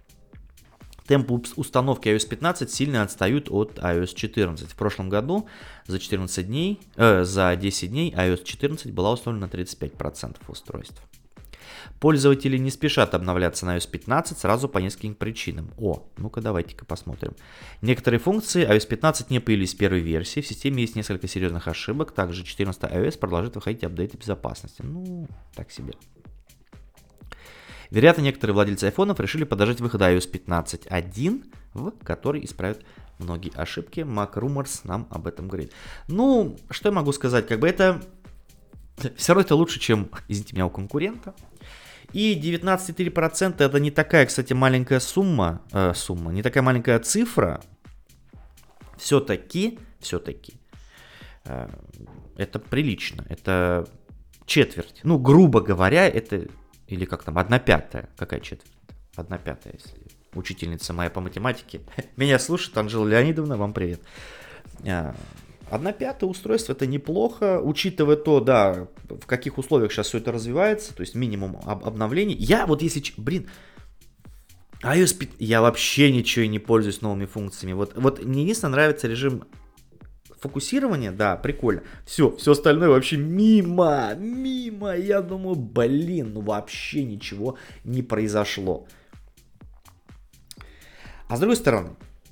Темпы установки iOS пятнадцать сильно отстают от iOS четырнадцать. В прошлом году за четырнадцать дней, э, за десять дней iOS четырнадцать была установлена на тридцать пять процентов устройств. Пользователи не спешат обновляться на iOS пятнадцать сразу по нескольким причинам. О, ну-ка давайте-ка посмотрим. Некоторые функции iOS пятнадцать не появились в первой версии, в системе есть несколько серьезных ошибок, также четырнадцатый iOS продолжит выходить апдейты безопасности. Ну, так себе. Вероятно, некоторые владельцы айфонов решили подождать выхода iOS пятнадцать точка один, в который исправят многие ошибки. MacRumors нам об этом говорит. Ну, что я могу сказать, как бы это... Все равно это лучше, чем, извините меня, у конкурента. И девятнадцать целых три десятых процента это не такая, кстати, маленькая сумма, э, сумма, не такая маленькая цифра. Все-таки, все-таки, э, это прилично, это четверть. Ну, грубо говоря, это, или как там, одна пятая, какая четверть? Одна пятая, если учительница моя по математике меня слушает, Анжела Леонидовна, вам привет. Одна пятая устройство это неплохо, учитывая то, да, в каких условиях сейчас все это развивается, то есть минимум об- обновлений. Я вот если, блин, iOS пять, я вообще ничего не пользуюсь новыми функциями. Вот, вот мне единственное нравится режим фокусирования, да, прикольно. Все, все остальное вообще мимо, мимо. Я думаю, блин, ну вообще ничего не произошло. А с другой стороны,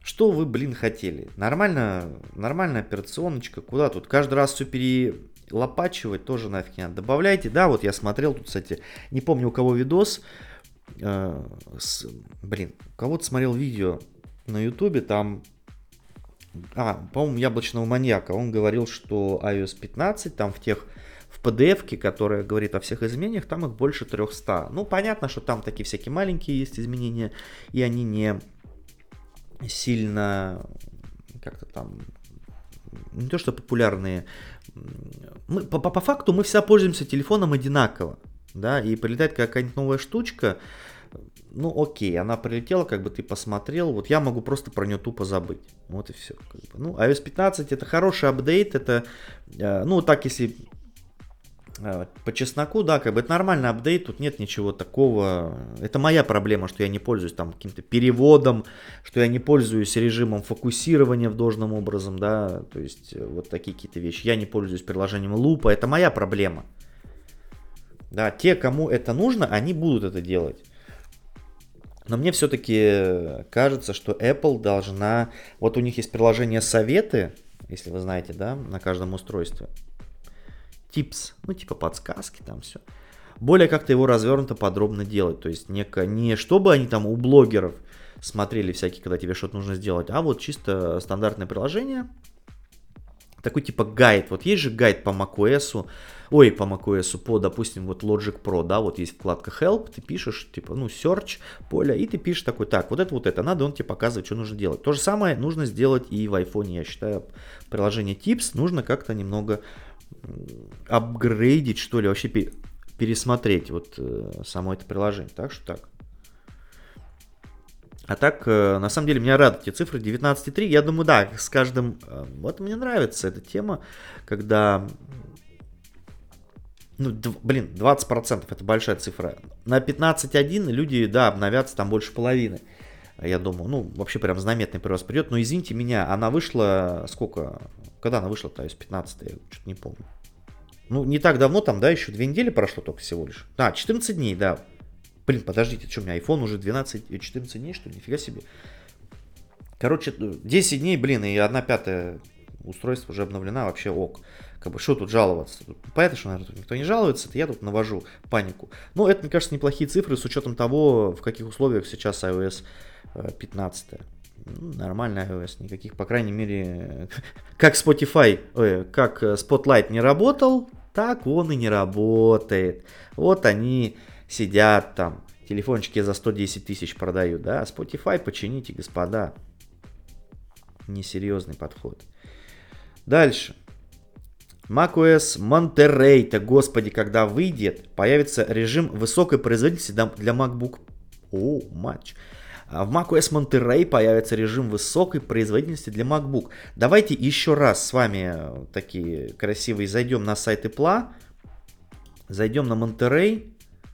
Что вы, блин, хотели? Нормально, нормальная операционочка, куда тут? Каждый раз все перелопачивать тоже нафиг не надо. Добавляйте, да, вот я смотрел тут, кстати, не помню у кого видос, э, с, блин, у кого-то смотрел видео на ютубе, там, а, по-моему, Яблочного маньяка, он говорил, что ай о эс пятнадцать, там в тех, в пи ди эф-ке, которая говорит о всех изменениях, там их больше трехсот. Ну, понятно, что там такие всякие маленькие есть изменения, и они не сильно как-то там, не то что популярные. Мы, по, по факту мы всегда пользуемся телефоном одинаково, да, и прилетает какая-нибудь новая штучка, ну окей, она прилетела, как бы ты посмотрел, вот я могу просто про нее тупо забыть, вот и все. Как бы. Ну, ай о эс пятнадцать это хороший апдейт, это, ну так если по чесноку, да, как бы это нормальный апдейт, тут нет ничего такого. Это моя проблема, что я не пользуюсь там каким-то переводом, что я не пользуюсь режимом фокусирования в должном образом, да, то есть вот такие какие-то вещи. Я не пользуюсь приложением лупа, это моя проблема. Да, те, кому это нужно, они будут это делать. Но мне все-таки кажется, что Apple должна... Вот у них есть приложение «Советы», если вы знаете, да, на каждом устройстве. Tips, ну типа подсказки, там все. Более как-то его развернуто подробно делать. То есть не, не чтобы они там у блогеров смотрели всякие, когда тебе что-то нужно сделать, а вот чисто стандартное приложение. Такой типа гайд. Вот есть же гайд по macOS, ой, по macOS, по, допустим, вот Logic Pro, да, вот есть вкладка Help, ты пишешь, типа, ну, Search поле, и ты пишешь такой, так, вот это, вот это, надо, он тебе показывает, что нужно делать. То же самое нужно сделать и в iPhone, я считаю, приложение Tips нужно как-то немного апгрейдить, что ли, вообще пересмотреть вот э, само это приложение. Так что так. А так, э, на самом деле, меня радуют эти цифры девятнадцать и три. Я думаю, да, с каждым... Э, вот мне нравится эта тема, когда... Ну, д- блин, двадцать процентов это большая цифра. На пятнадцать и один люди, да, обновятся там больше половины. Я думаю, ну, вообще прям заметный прирост придет. Но извините меня, она вышла сколько... Когда она вышла-то, из пятнадцать, я что-то не помню. Ну, не так давно, там, да, еще две недели прошло только всего лишь. А, четырнадцать дней, да. Блин, подождите, что у меня iPhone уже двенадцать-четырнадцать дней, что ли? Нифига себе. Короче, десять дней, блин, и одна пятая устройство уже обновлена, вообще ок. Как бы, что тут жаловаться? Понятно, что, наверное, тут никто не жалуется, это я тут навожу панику. Но это, мне кажется, неплохие цифры с учетом того, в каких условиях сейчас ай о эс пятнадцать. Ну, нормальный iOS, никаких, по крайней мере, как Spotify, ой, как Spotlight не работал, так он и не работает. Вот они сидят там, телефончики за сто десять тысяч продают, да, Spotify почините, господа. Несерьезный подход. Дальше. macOS Monterey-то, господи, когда выйдет, появится режим высокой производительности для MacBook. О, матч. В macOS Monterey появится режим высокой производительности для MacBook. Давайте еще раз с вами такие красивые зайдем на сайт Apple. Зайдем на Monterey.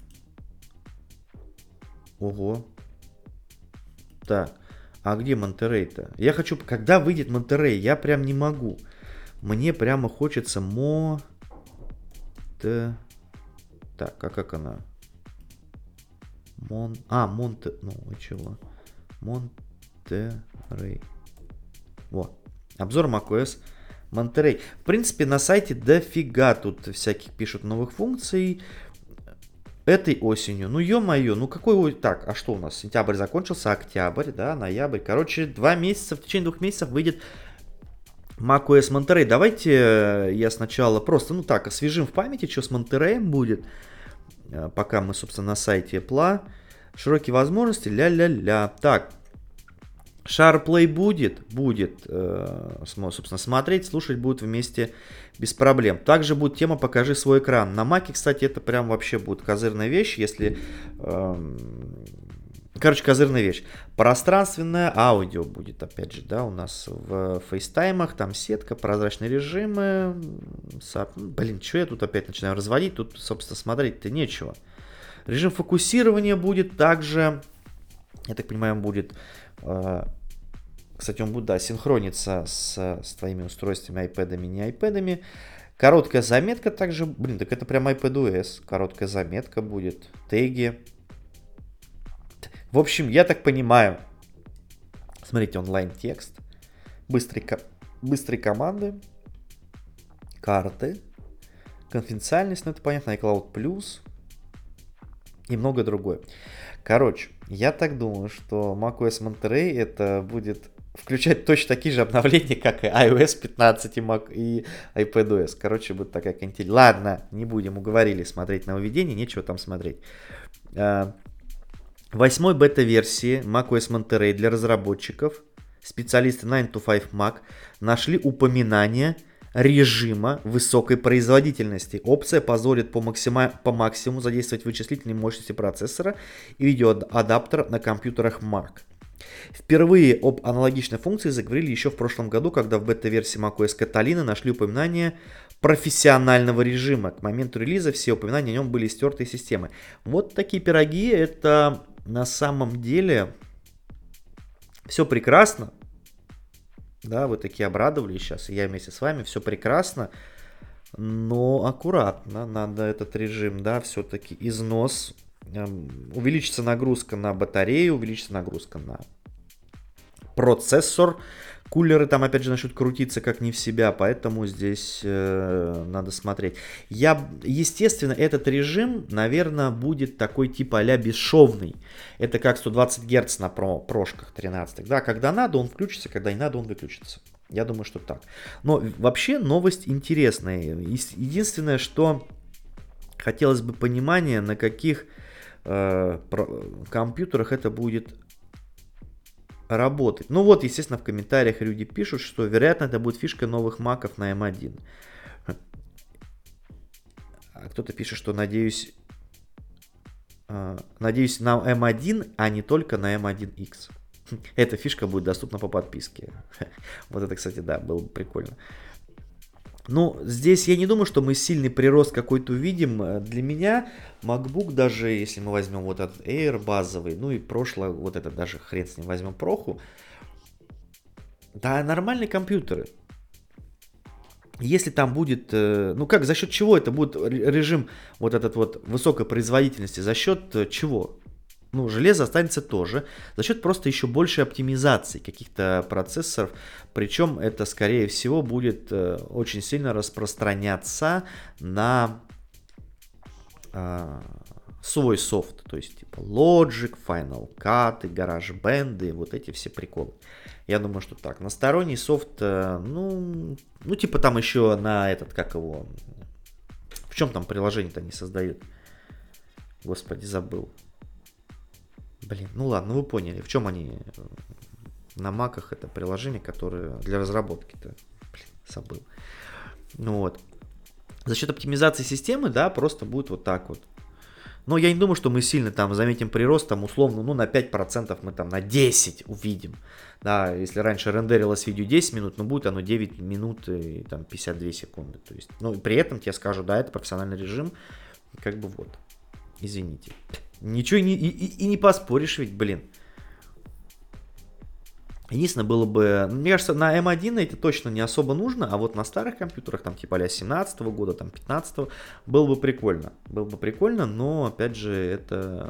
Ого. Так, а где Monterey-то? Я хочу, когда выйдет Monterey, я прям не могу. Мне прямо хочется мо... Так, а как она? Мон... А, Монте... Ну, и чего? Монтерей. Вот. Обзор macOS Monterey. В принципе, на сайте дофига тут всяких пишут новых функций. Этой осенью. Ну, ё-моё, ну какой... Так, а что у нас? Сентябрь закончился, октябрь, да, ноябрь. Короче, два месяца, в течение двух месяцев выйдет macOS Monterey. Давайте я сначала просто, ну так, освежим в памяти, что с Monterey будет. Пока мы, собственно, на сайте Apple. Широкие возможности, ля-ля-ля. Так, SharePlay будет? Будет. Э, собственно, смотреть, слушать будут вместе без проблем. Также будет тема «Покажи свой экран». На Маке, кстати, это прям вообще будет козырная вещь, если... Э, короче, козырная вещь. Пространственное аудио будет, опять же, да, у нас в фейстаймах, там сетка, прозрачные режимы. Соп... Блин, что я тут опять начинаю разводить? Тут, собственно, смотреть-то нечего. Режим фокусирования будет также, я так понимаю, будет, э, кстати, он будет, да, синхрониться с, с твоими устройствами, айпэдами, не айпэдами. Короткая заметка также, блин, так это прям iPadOS, короткая заметка будет, теги. В общем, я так понимаю, Смотрите, онлайн-текст, быстрые, быстрые команды, карты, конфиденциальность, ну это понятно, iCloud Plus и многое другое. Короче, я так думаю, что macOS Monterey это будет включать точно такие же обновления, как и iOS пятнадцать и, Mac, и iPadOS. Короче, будет такая контель. Ладно, не будем, уговорили смотреть нововведения, нечего там смотреть. Восьмой бета-версии macOS Monterey для разработчиков специалисты nine to five Mac нашли упоминание режима высокой производительности. Опция позволит по, максима, по максимуму задействовать вычислительные мощности процессора и видеоадаптера на компьютерах Mac. Впервые об аналогичной функции заговорили еще в прошлом году, когда в бета-версии macOS Catalina нашли упоминание профессионального режима. К моменту релиза все упоминания о нем были стерты из системы. Вот такие пироги, это на самом деле все прекрасно. Да, вы такие обрадовались сейчас, и я вместе с вами, все прекрасно, но аккуратно, надо этот режим, да, все-таки износ, эм, увеличится нагрузка на батарею, увеличится нагрузка на процессор, кулеры там опять же начнут крутиться как не в себя, поэтому здесь э, надо смотреть. Я, естественно, этот режим, наверное, будет такой типа а-ля бесшовный. Это как сто двадцать герц на про, прошках тринадцатых. Да, когда надо, он включится, когда не надо, он выключится. Я думаю, что так. Но вообще новость интересная. Единственное, что хотелось бы понимания, на каких э, про, компьютерах это будет работать. Ну вот, естественно, в комментариях люди пишут, что, вероятно, это будет фишка новых маков на эм один. А кто-то пишет, что, надеюсь, э, надеюсь на эм один, а не только на эм один икс. Эта фишка будет доступна по подписке. Вот это, кстати, да, было бы прикольно. Ну, здесь я не думаю, что мы сильный прирост какой-то увидим. Для меня MacBook, даже если мы возьмем вот этот Air базовый, ну и прошлое, вот это даже хрен с ним возьмем проху, да, нормальные компьютеры. Если там будет, ну как, за счет чего это будет режим вот этот вот высокой производительности, за счет чего? Ну, железо останется тоже, за счет просто еще большей оптимизации каких-то процессоров. Причем это, скорее всего, будет э, очень сильно распространяться на э, свой софт. То есть, типа, Logic, Final Cut, GarageBand и вот эти все приколы. Я думаю, что так. На сторонний софт, э, ну, ну, типа там еще на этот, как его... В чем там приложение-то они создают? Господи, забыл. Блин, ну ладно, вы поняли, в чем они на маках, это приложение, которое для разработки-то, блин, забыл. Ну вот, за счет оптимизации системы, да, просто будет вот так вот. Но я не думаю, что мы сильно там заметим прирост, там условно, ну на пять процентов мы там на десять увидим. Да, если раньше рендерилось видео десять минут, ну будет оно девять минут и там пятьдесят две секунды. То есть, ну и при этом тебе скажу, да, это профессиональный режим, как бы вот, извините. Ничего и не, и, и не поспоришь ведь, блин. Единственное, было бы, мне кажется, на эм один это точно не особо нужно, а вот на старых компьютерах, там типа а-ля семнадцатого года, там пятнадцатого, было бы прикольно. Было бы прикольно, но, опять же, это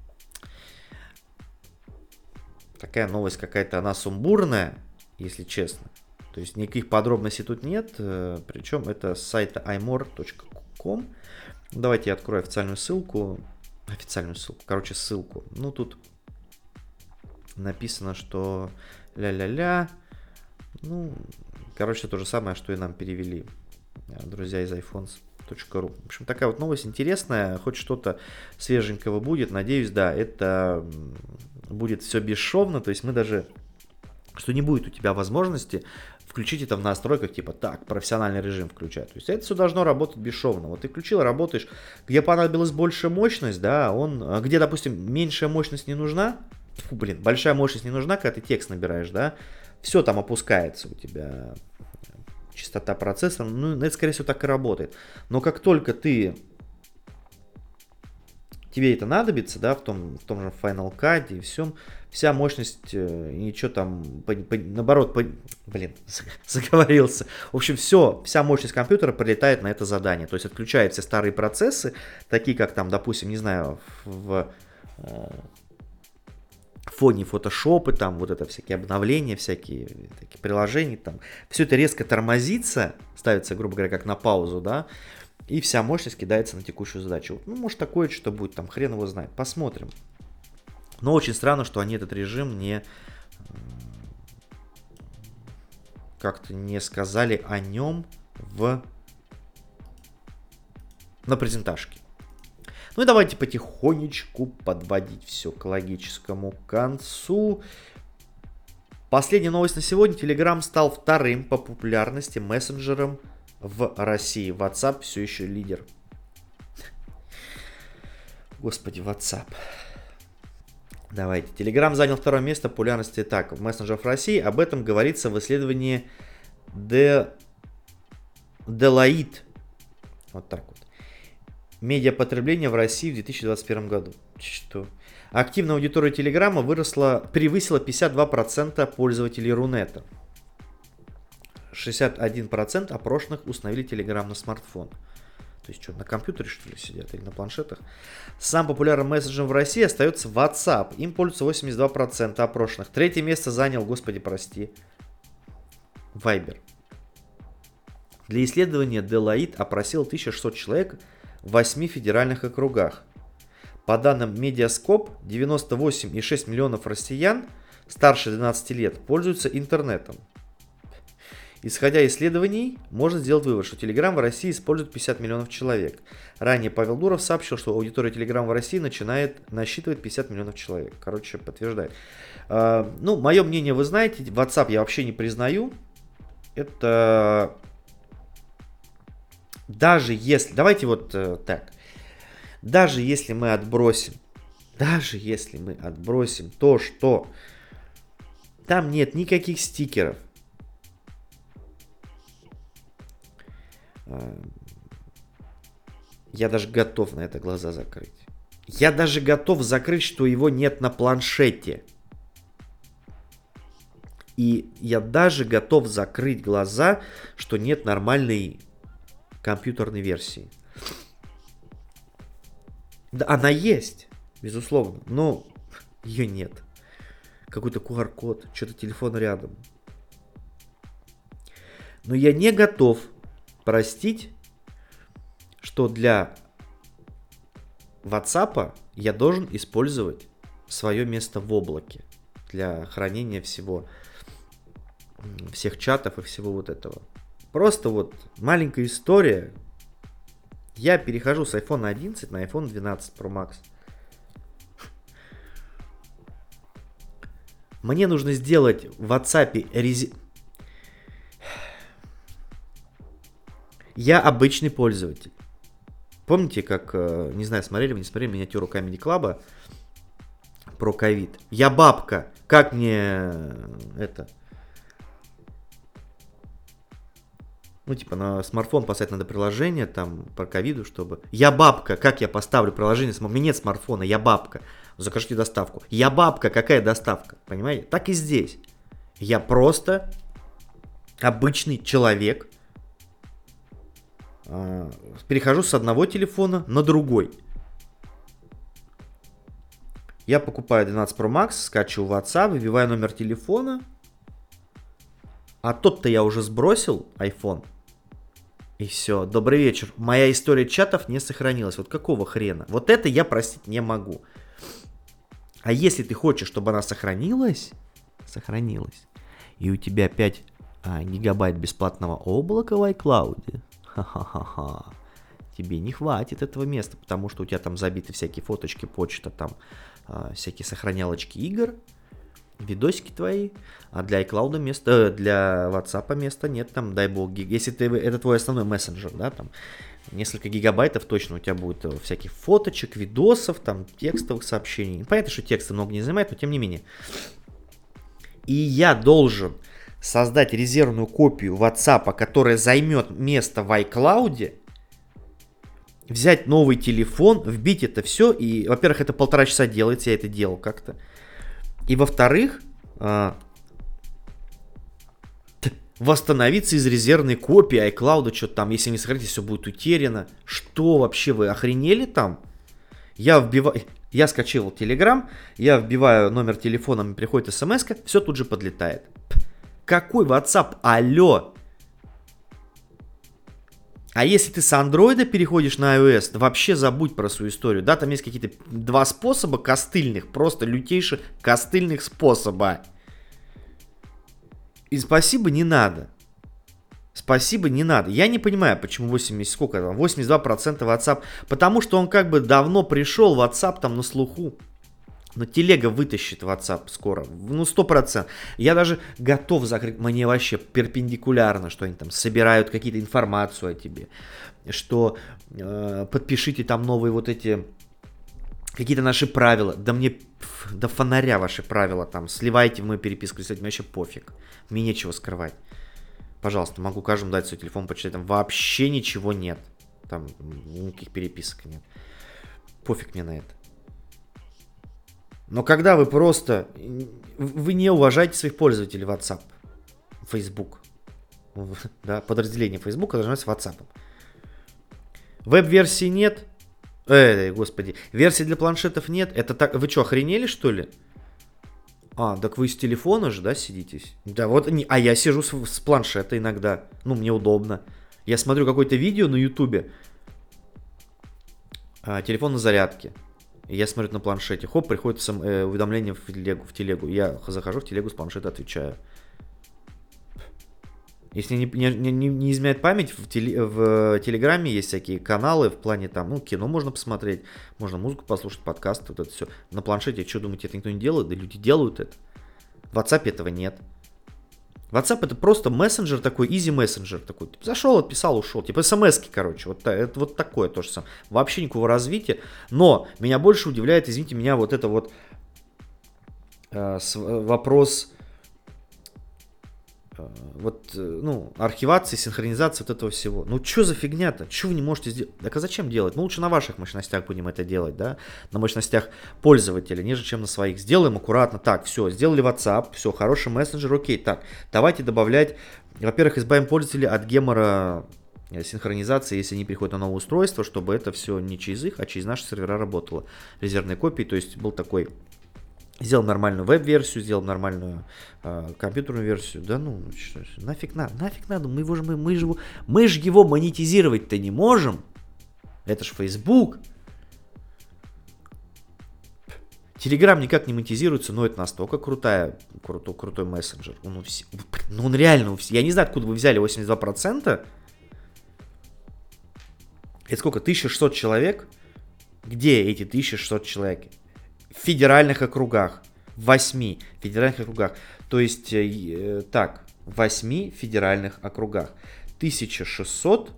такая новость какая-то, она сумбурная, если честно. То есть никаких подробностей тут нет, причем это с сайта ай мор точка ком. Давайте я открою официальную ссылку. Официальную ссылку, короче, ссылку. Ну, тут написано, что ля-ля-ля. Ну, короче, то же самое, что и нам перевели друзья из айфонс точка ру. В общем, такая вот новость интересная. Хоть что-то свеженького будет. Надеюсь, да, это будет все бесшовно. То есть мы даже, что не будет у тебя возможности включить это в настройках, типа, так, профессиональный режим включать. То есть это все должно работать бесшовно. Вот ты включил, работаешь, где понадобилась большая мощность, да, он, где, допустим, меньшая мощность не нужна, фу, блин, большая мощность не нужна, когда ты текст набираешь, да, все там опускается у тебя, частота процессора, ну, это, скорее всего, так и работает. Но как только ты, тебе это надобится, да, в том, в том же Final Cut и всем, вся мощность, ничего там, по, по, наоборот, по, блин, заговорился. В общем, все, вся мощность компьютера прилетает на это задание. То есть отключают все старые процессы, такие как там, допустим, не знаю, в, в фоне фотошопы, там вот это всякие обновления, всякие такие приложения, там все это резко тормозится, ставится, грубо говоря, как на паузу, да, и вся мощность кидается на текущую задачу. Ну, может такое что будет, там хрен его знает, посмотрим. Но очень странно, что они этот режим не как-то не сказали о нем в на презентажке. Ну и давайте потихонечку подводить все к логическому концу. Последняя новость на сегодня. Telegram стал вторым по популярности мессенджером в России. WhatsApp все еще лидер. Господи, WhatsApp. Давайте. Telegram занял второе место популярности так, в мессенджерах в России. Об этом говорится в исследовании De... Deloitte. Вот так вот. Медиапотребление в России в две тысячи двадцать первом году. Что? Активная аудитория Телеграма выросла, превысила пятьдесят два процента пользователей Рунета. шестьдесят один процент опрошенных установили Телеграм на смартфон. То есть что, на компьютере что ли сидят или на планшетах? Самым популярным мессенджером в России остается WhatsApp. Им пользуются восемьдесят два процента опрошенных. Третье место занял, господи, прости, Viber. Для исследования Deloitte опросил тысячу шестьсот человек в восьми федеральных округах. По данным Mediascope, девяносто восемь целых шесть десятых миллионов россиян старше двенадцати лет пользуются интернетом. Исходя из исследований, можно сделать вывод, что Telegram в России использует пятьдесят миллионов человек. Ранее Павел Дуров сообщил, что аудитория Telegram в России начинает насчитывать пятьдесят миллионов человек. Короче, подтверждает. А, ну, мое мнение вы знаете, WhatsApp я вообще не признаю. Это... Даже если... Давайте вот э, так. Даже если мы отбросим... Даже если мы отбросим то, что там нет никаких стикеров. Э, я даже готов на это глаза закрыть. Я даже готов закрыть, что его нет на планшете. И я даже готов закрыть глаза, что нет нормальной компьютерной версии. Да, она есть, безусловно, но ее нет. Какой-то ку ар код, что-то телефон рядом. Но я не готов простить, что для WhatsApp я должен использовать свое место в облаке для хранения всего, всех чатов и всего вот этого. Просто вот маленькая история. Я перехожу с айфон одиннадцать на айфон двенадцать про макс. Мне нужно сделать в WhatsApp рези... Я обычный пользователь. Помните, как, не знаю, смотрели вы, не смотрели миниатюру Comedy Club про ковид? Я бабка. Как мне это... Ну, типа, на смартфон поставить надо приложение, там, по ковиду, чтобы... Я бабка, как я поставлю приложение? У меня нет смартфона, я бабка. Закажите доставку. Я бабка, какая доставка? Понимаете? Так и здесь. Я просто обычный человек. Перехожу с одного телефона на другой. Я покупаю двенадцать про макс, скачиваю WhatsApp, выбиваю номер телефона. А тот-то я уже сбросил, iPhone. И все, добрый вечер. Моя история чатов не сохранилась. Вот какого хрена? Вот это я простить не могу. А если ты хочешь, чтобы она сохранилась, сохранилась, и у тебя пять а, гигабайт бесплатного облака в iCloud, ха-ха-ха-ха, тебе не хватит этого места, потому что у тебя там забиты всякие фоточки, почта, там а, всякие сохранялочки игр, видосики твои, а для iCloud места, для WhatsApp места нет, там, дай бог, если ты, это твой основной мессенджер, да, там, несколько гигабайтов точно у тебя будет всяких фоточек, видосов, там, текстовых сообщений. Понятно, что текста много не занимает, но тем не менее. И я должен создать резервную копию WhatsApp, которая займет место в iCloud, взять новый телефон, вбить это все, и, во-первых, это полтора часа делается, я это делал как-то. И во-вторых, восстановиться из резервной копии iCloud, что там, если не сохраните, все будет утеряно. Что вообще, вы охренели там? Я вбиваю... Я скачивал Telegram, я вбиваю номер телефона, мне приходит смс-ка, все тут же подлетает. Какой WhatsApp? Алло! А если ты с андроида переходишь на iOS, то вообще забудь про свою историю. Да, там есть какие-то два способа костыльных, просто лютейших костыльных способа. И спасибо не надо. Спасибо не надо. Я не понимаю, почему восемьдесят, сколько там, восемьдесят два процента WhatsApp. Потому что он как бы давно пришел, WhatsApp там на слуху. Но телега вытащит WhatsApp скоро. Ну, сто процентов. Я даже готов закрыть. Мне вообще перпендикулярно, что они там собирают какие-то информацию о тебе. Что э, подпишите там новые вот эти... Какие-то наши правила. Да мне... Да фонаря ваши правила там. Сливайте в мою переписку. Кстати, мне вообще пофиг. Мне нечего скрывать. Пожалуйста, могу каждому дать свой телефон, почитать. Там вообще ничего нет. Там никаких переписок нет. Пофиг мне на это. Но когда вы просто... Вы не уважаете своих пользователей WhatsApp, Facebook. Да, подразделение Facebook называется WhatsApp. Веб-версии нет. Эй, господи. Версии для планшетов нет. Это так... Вы что, охренели, что ли? А, так вы с телефона же, да, сидитесь? Да, вот... А я сижу с, с планшета иногда. Ну, мне удобно. Я смотрю какое-то видео на ютубе. А, телефон на зарядке. Я смотрю на планшете, хоп, приходит сам, э, уведомление в телегу, в телегу. Я захожу в телегу с планшета, отвечаю. Если не, не, не, не изменяет память, в, теле, в Телеграме есть всякие каналы в плане там, ну, кино можно посмотреть, можно музыку послушать, подкасты, вот это все. На планшете, что думаете, это никто не делает? Да люди делают это. В WhatsApp этого нет. WhatsApp это просто мессенджер такой, easy мессенджер такой. Типа, зашел, отписал, ушел. Типа смс-ки, короче. Вот, это вот такое то же самое. Вообще никакого развития. Но меня больше удивляет, извините меня, вот это вот э, с, вопрос э, вот, э, ну, архивации, синхронизации вот этого всего. Ну, что за фигня-то? Что вы не можете сделать? Так а зачем делать? Мы лучше на ваших мощностях будем это делать, да? На мощностях пользователя, нежели чем на своих. Сделаем аккуратно. Так, все, сделали WhatsApp, все, хороший мессенджер, окей. Так, давайте добавлять, во-первых, избавим пользователя от гемора синхронизации, если они переходят на новое устройство, чтобы это все не через их, а через наши сервера работало. Резервные копии, то есть был такой... Сделал нормальную веб-версию, сделал нормальную э, компьютерную версию. Да ну, что, нафиг надо, нафиг надо. Мы, его же, мы, мы, же, мы же его монетизировать-то не можем. Это ж Facebook. Telegram никак не монетизируется, но это настолько крутая, крутой, крутой мессенджер. Он, все, ну он реально, я не знаю, откуда вы взяли восемьдесят два процента. Это сколько? тысяча шестьсот человек? Где эти тысяча шестьсот человек? В федеральных округах. В восьми федеральных округах. То есть, э, так, в восьми федеральных округах. тысяча шестьсот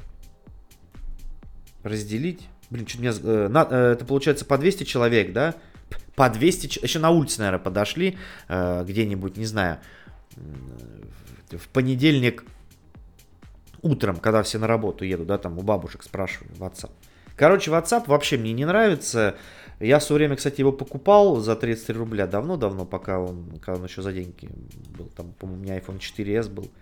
разделить... Блин, что-то меня... Э, на, э, это получается по двести человек, да? По двести... Еще на улице, наверное, подошли. Э, где-нибудь, не знаю, в понедельник утром, когда все на работу едут, да, там у бабушек спрашиваю, WhatsApp. Короче, WhatsApp вообще мне не нравится. Я в свое время, кстати, его покупал за тридцать три рубля давно-давно, пока он, когда он еще за деньги был. Там, по-моему, у меня айфон четыре эс был.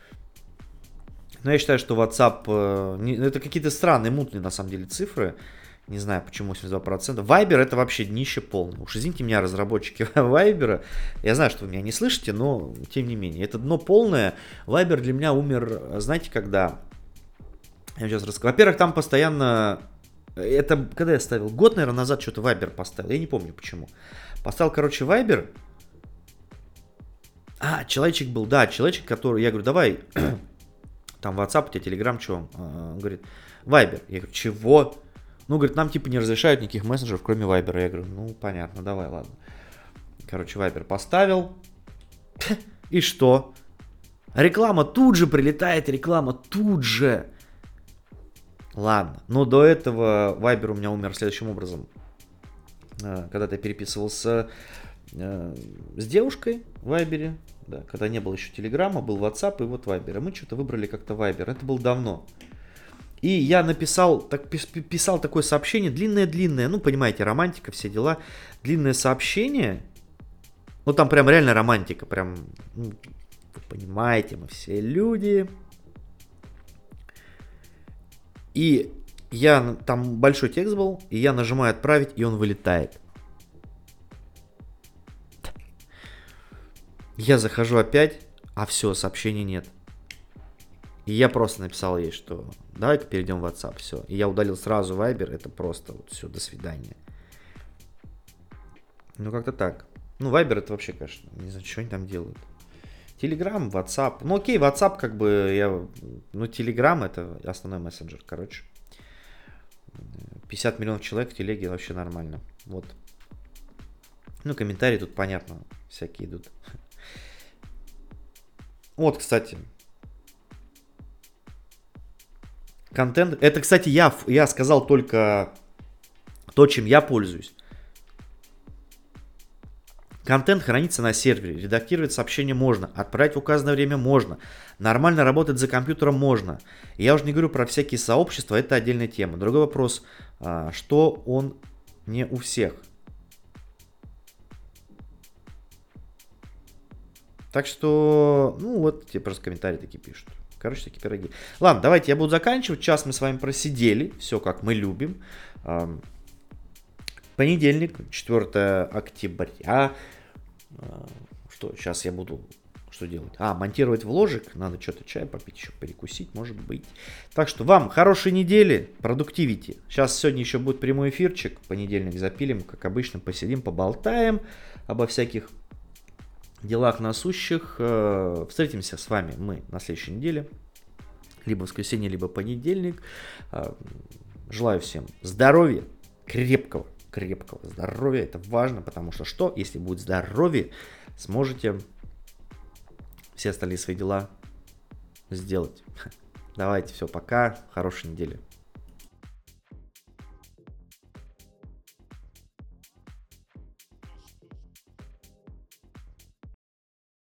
Но я считаю, что WhatsApp... Э, не, это какие-то странные, мутные, на самом деле, цифры. Не знаю, почему восемьдесят два процента. Viber это вообще днище полное. Уж извините меня, разработчики Viber. Я знаю, что вы меня не слышите, но тем не менее. Это дно полное. Viber для меня умер, знаете, когда... Я сейчас расскажу. Во-первых, там постоянно... Это когда я ставил? Год, наверное, назад что-то Viber поставил. Я не помню почему. Поставил, короче, Viber. А, человечек был, да, человечек, который... Я говорю, давай, там WhatsApp, у тебя Telegram, что? Он говорит, Viber. Я говорю, чего? Ну, говорит, нам типа не разрешают никаких мессенджеров, кроме Viber. Я говорю, ну, понятно, давай, ладно. Короче, Viber поставил. И что? Реклама тут же прилетает, реклама тут же. Ладно, но до этого Viber у меня умер следующим образом. Когда-то я переписывался с девушкой в Viber, да, когда не было еще Телеграма, был WhatsApp и вот Viber. И мы что-то выбрали как-то Viber. Это было давно. И я написал, так, писал такое сообщение, длинное-длинное, ну, понимаете, романтика, все дела. Длинное сообщение. Ну, там прям реально романтика, прям, ну, вы понимаете, мы все люди. И Я, там большой текст был, и я нажимаю отправить, и он вылетает. Я захожу опять, а все, сообщений нет. И я просто написал ей, что давай-ка перейдем в WhatsApp, все. И я удалил сразу Viber, это просто вот все, до свидания. Ну, как-то так. Ну, Viber это вообще, конечно, не знаю, что они там делают. Telegram, WhatsApp. Ну, окей, WhatsApp как бы я... Ну, Telegram это основной мессенджер, короче. пятьдесят миллионов человек в телеге вообще нормально. Вот. Ну, комментарии тут, понятно, всякие идут. Вот, кстати. Контент. Это, кстати, я, я сказал только то, чем я пользуюсь. Контент хранится на сервере, редактировать сообщения можно, отправить в указанное время можно, нормально работать за компьютером можно. Я уже не говорю про всякие сообщества, это отдельная тема. Другой вопрос, что он не у всех. Так что, ну вот, тебе просто комментарии такие пишут. Короче, такие пироги. Ладно, давайте я буду заканчивать. Час мы с вами просидели, все как мы любим. Понедельник, четвёртое октября. Что, сейчас я буду что делать? А, монтировать вложик. Надо что-то чай попить, еще перекусить, может быть. Так что вам хорошей недели, продуктивити. Сейчас сегодня еще будет прямой эфирчик. Понедельник запилим, как обычно, посидим, поболтаем обо всяких делах насущих. Встретимся с вами мы на следующей неделе. Либо воскресенье, либо понедельник. Желаю всем здоровья, крепкого. крепкого здоровья. Это важно, потому что что, если будет здоровье, сможете все остальные свои дела сделать. Давайте, все, пока, хорошей недели.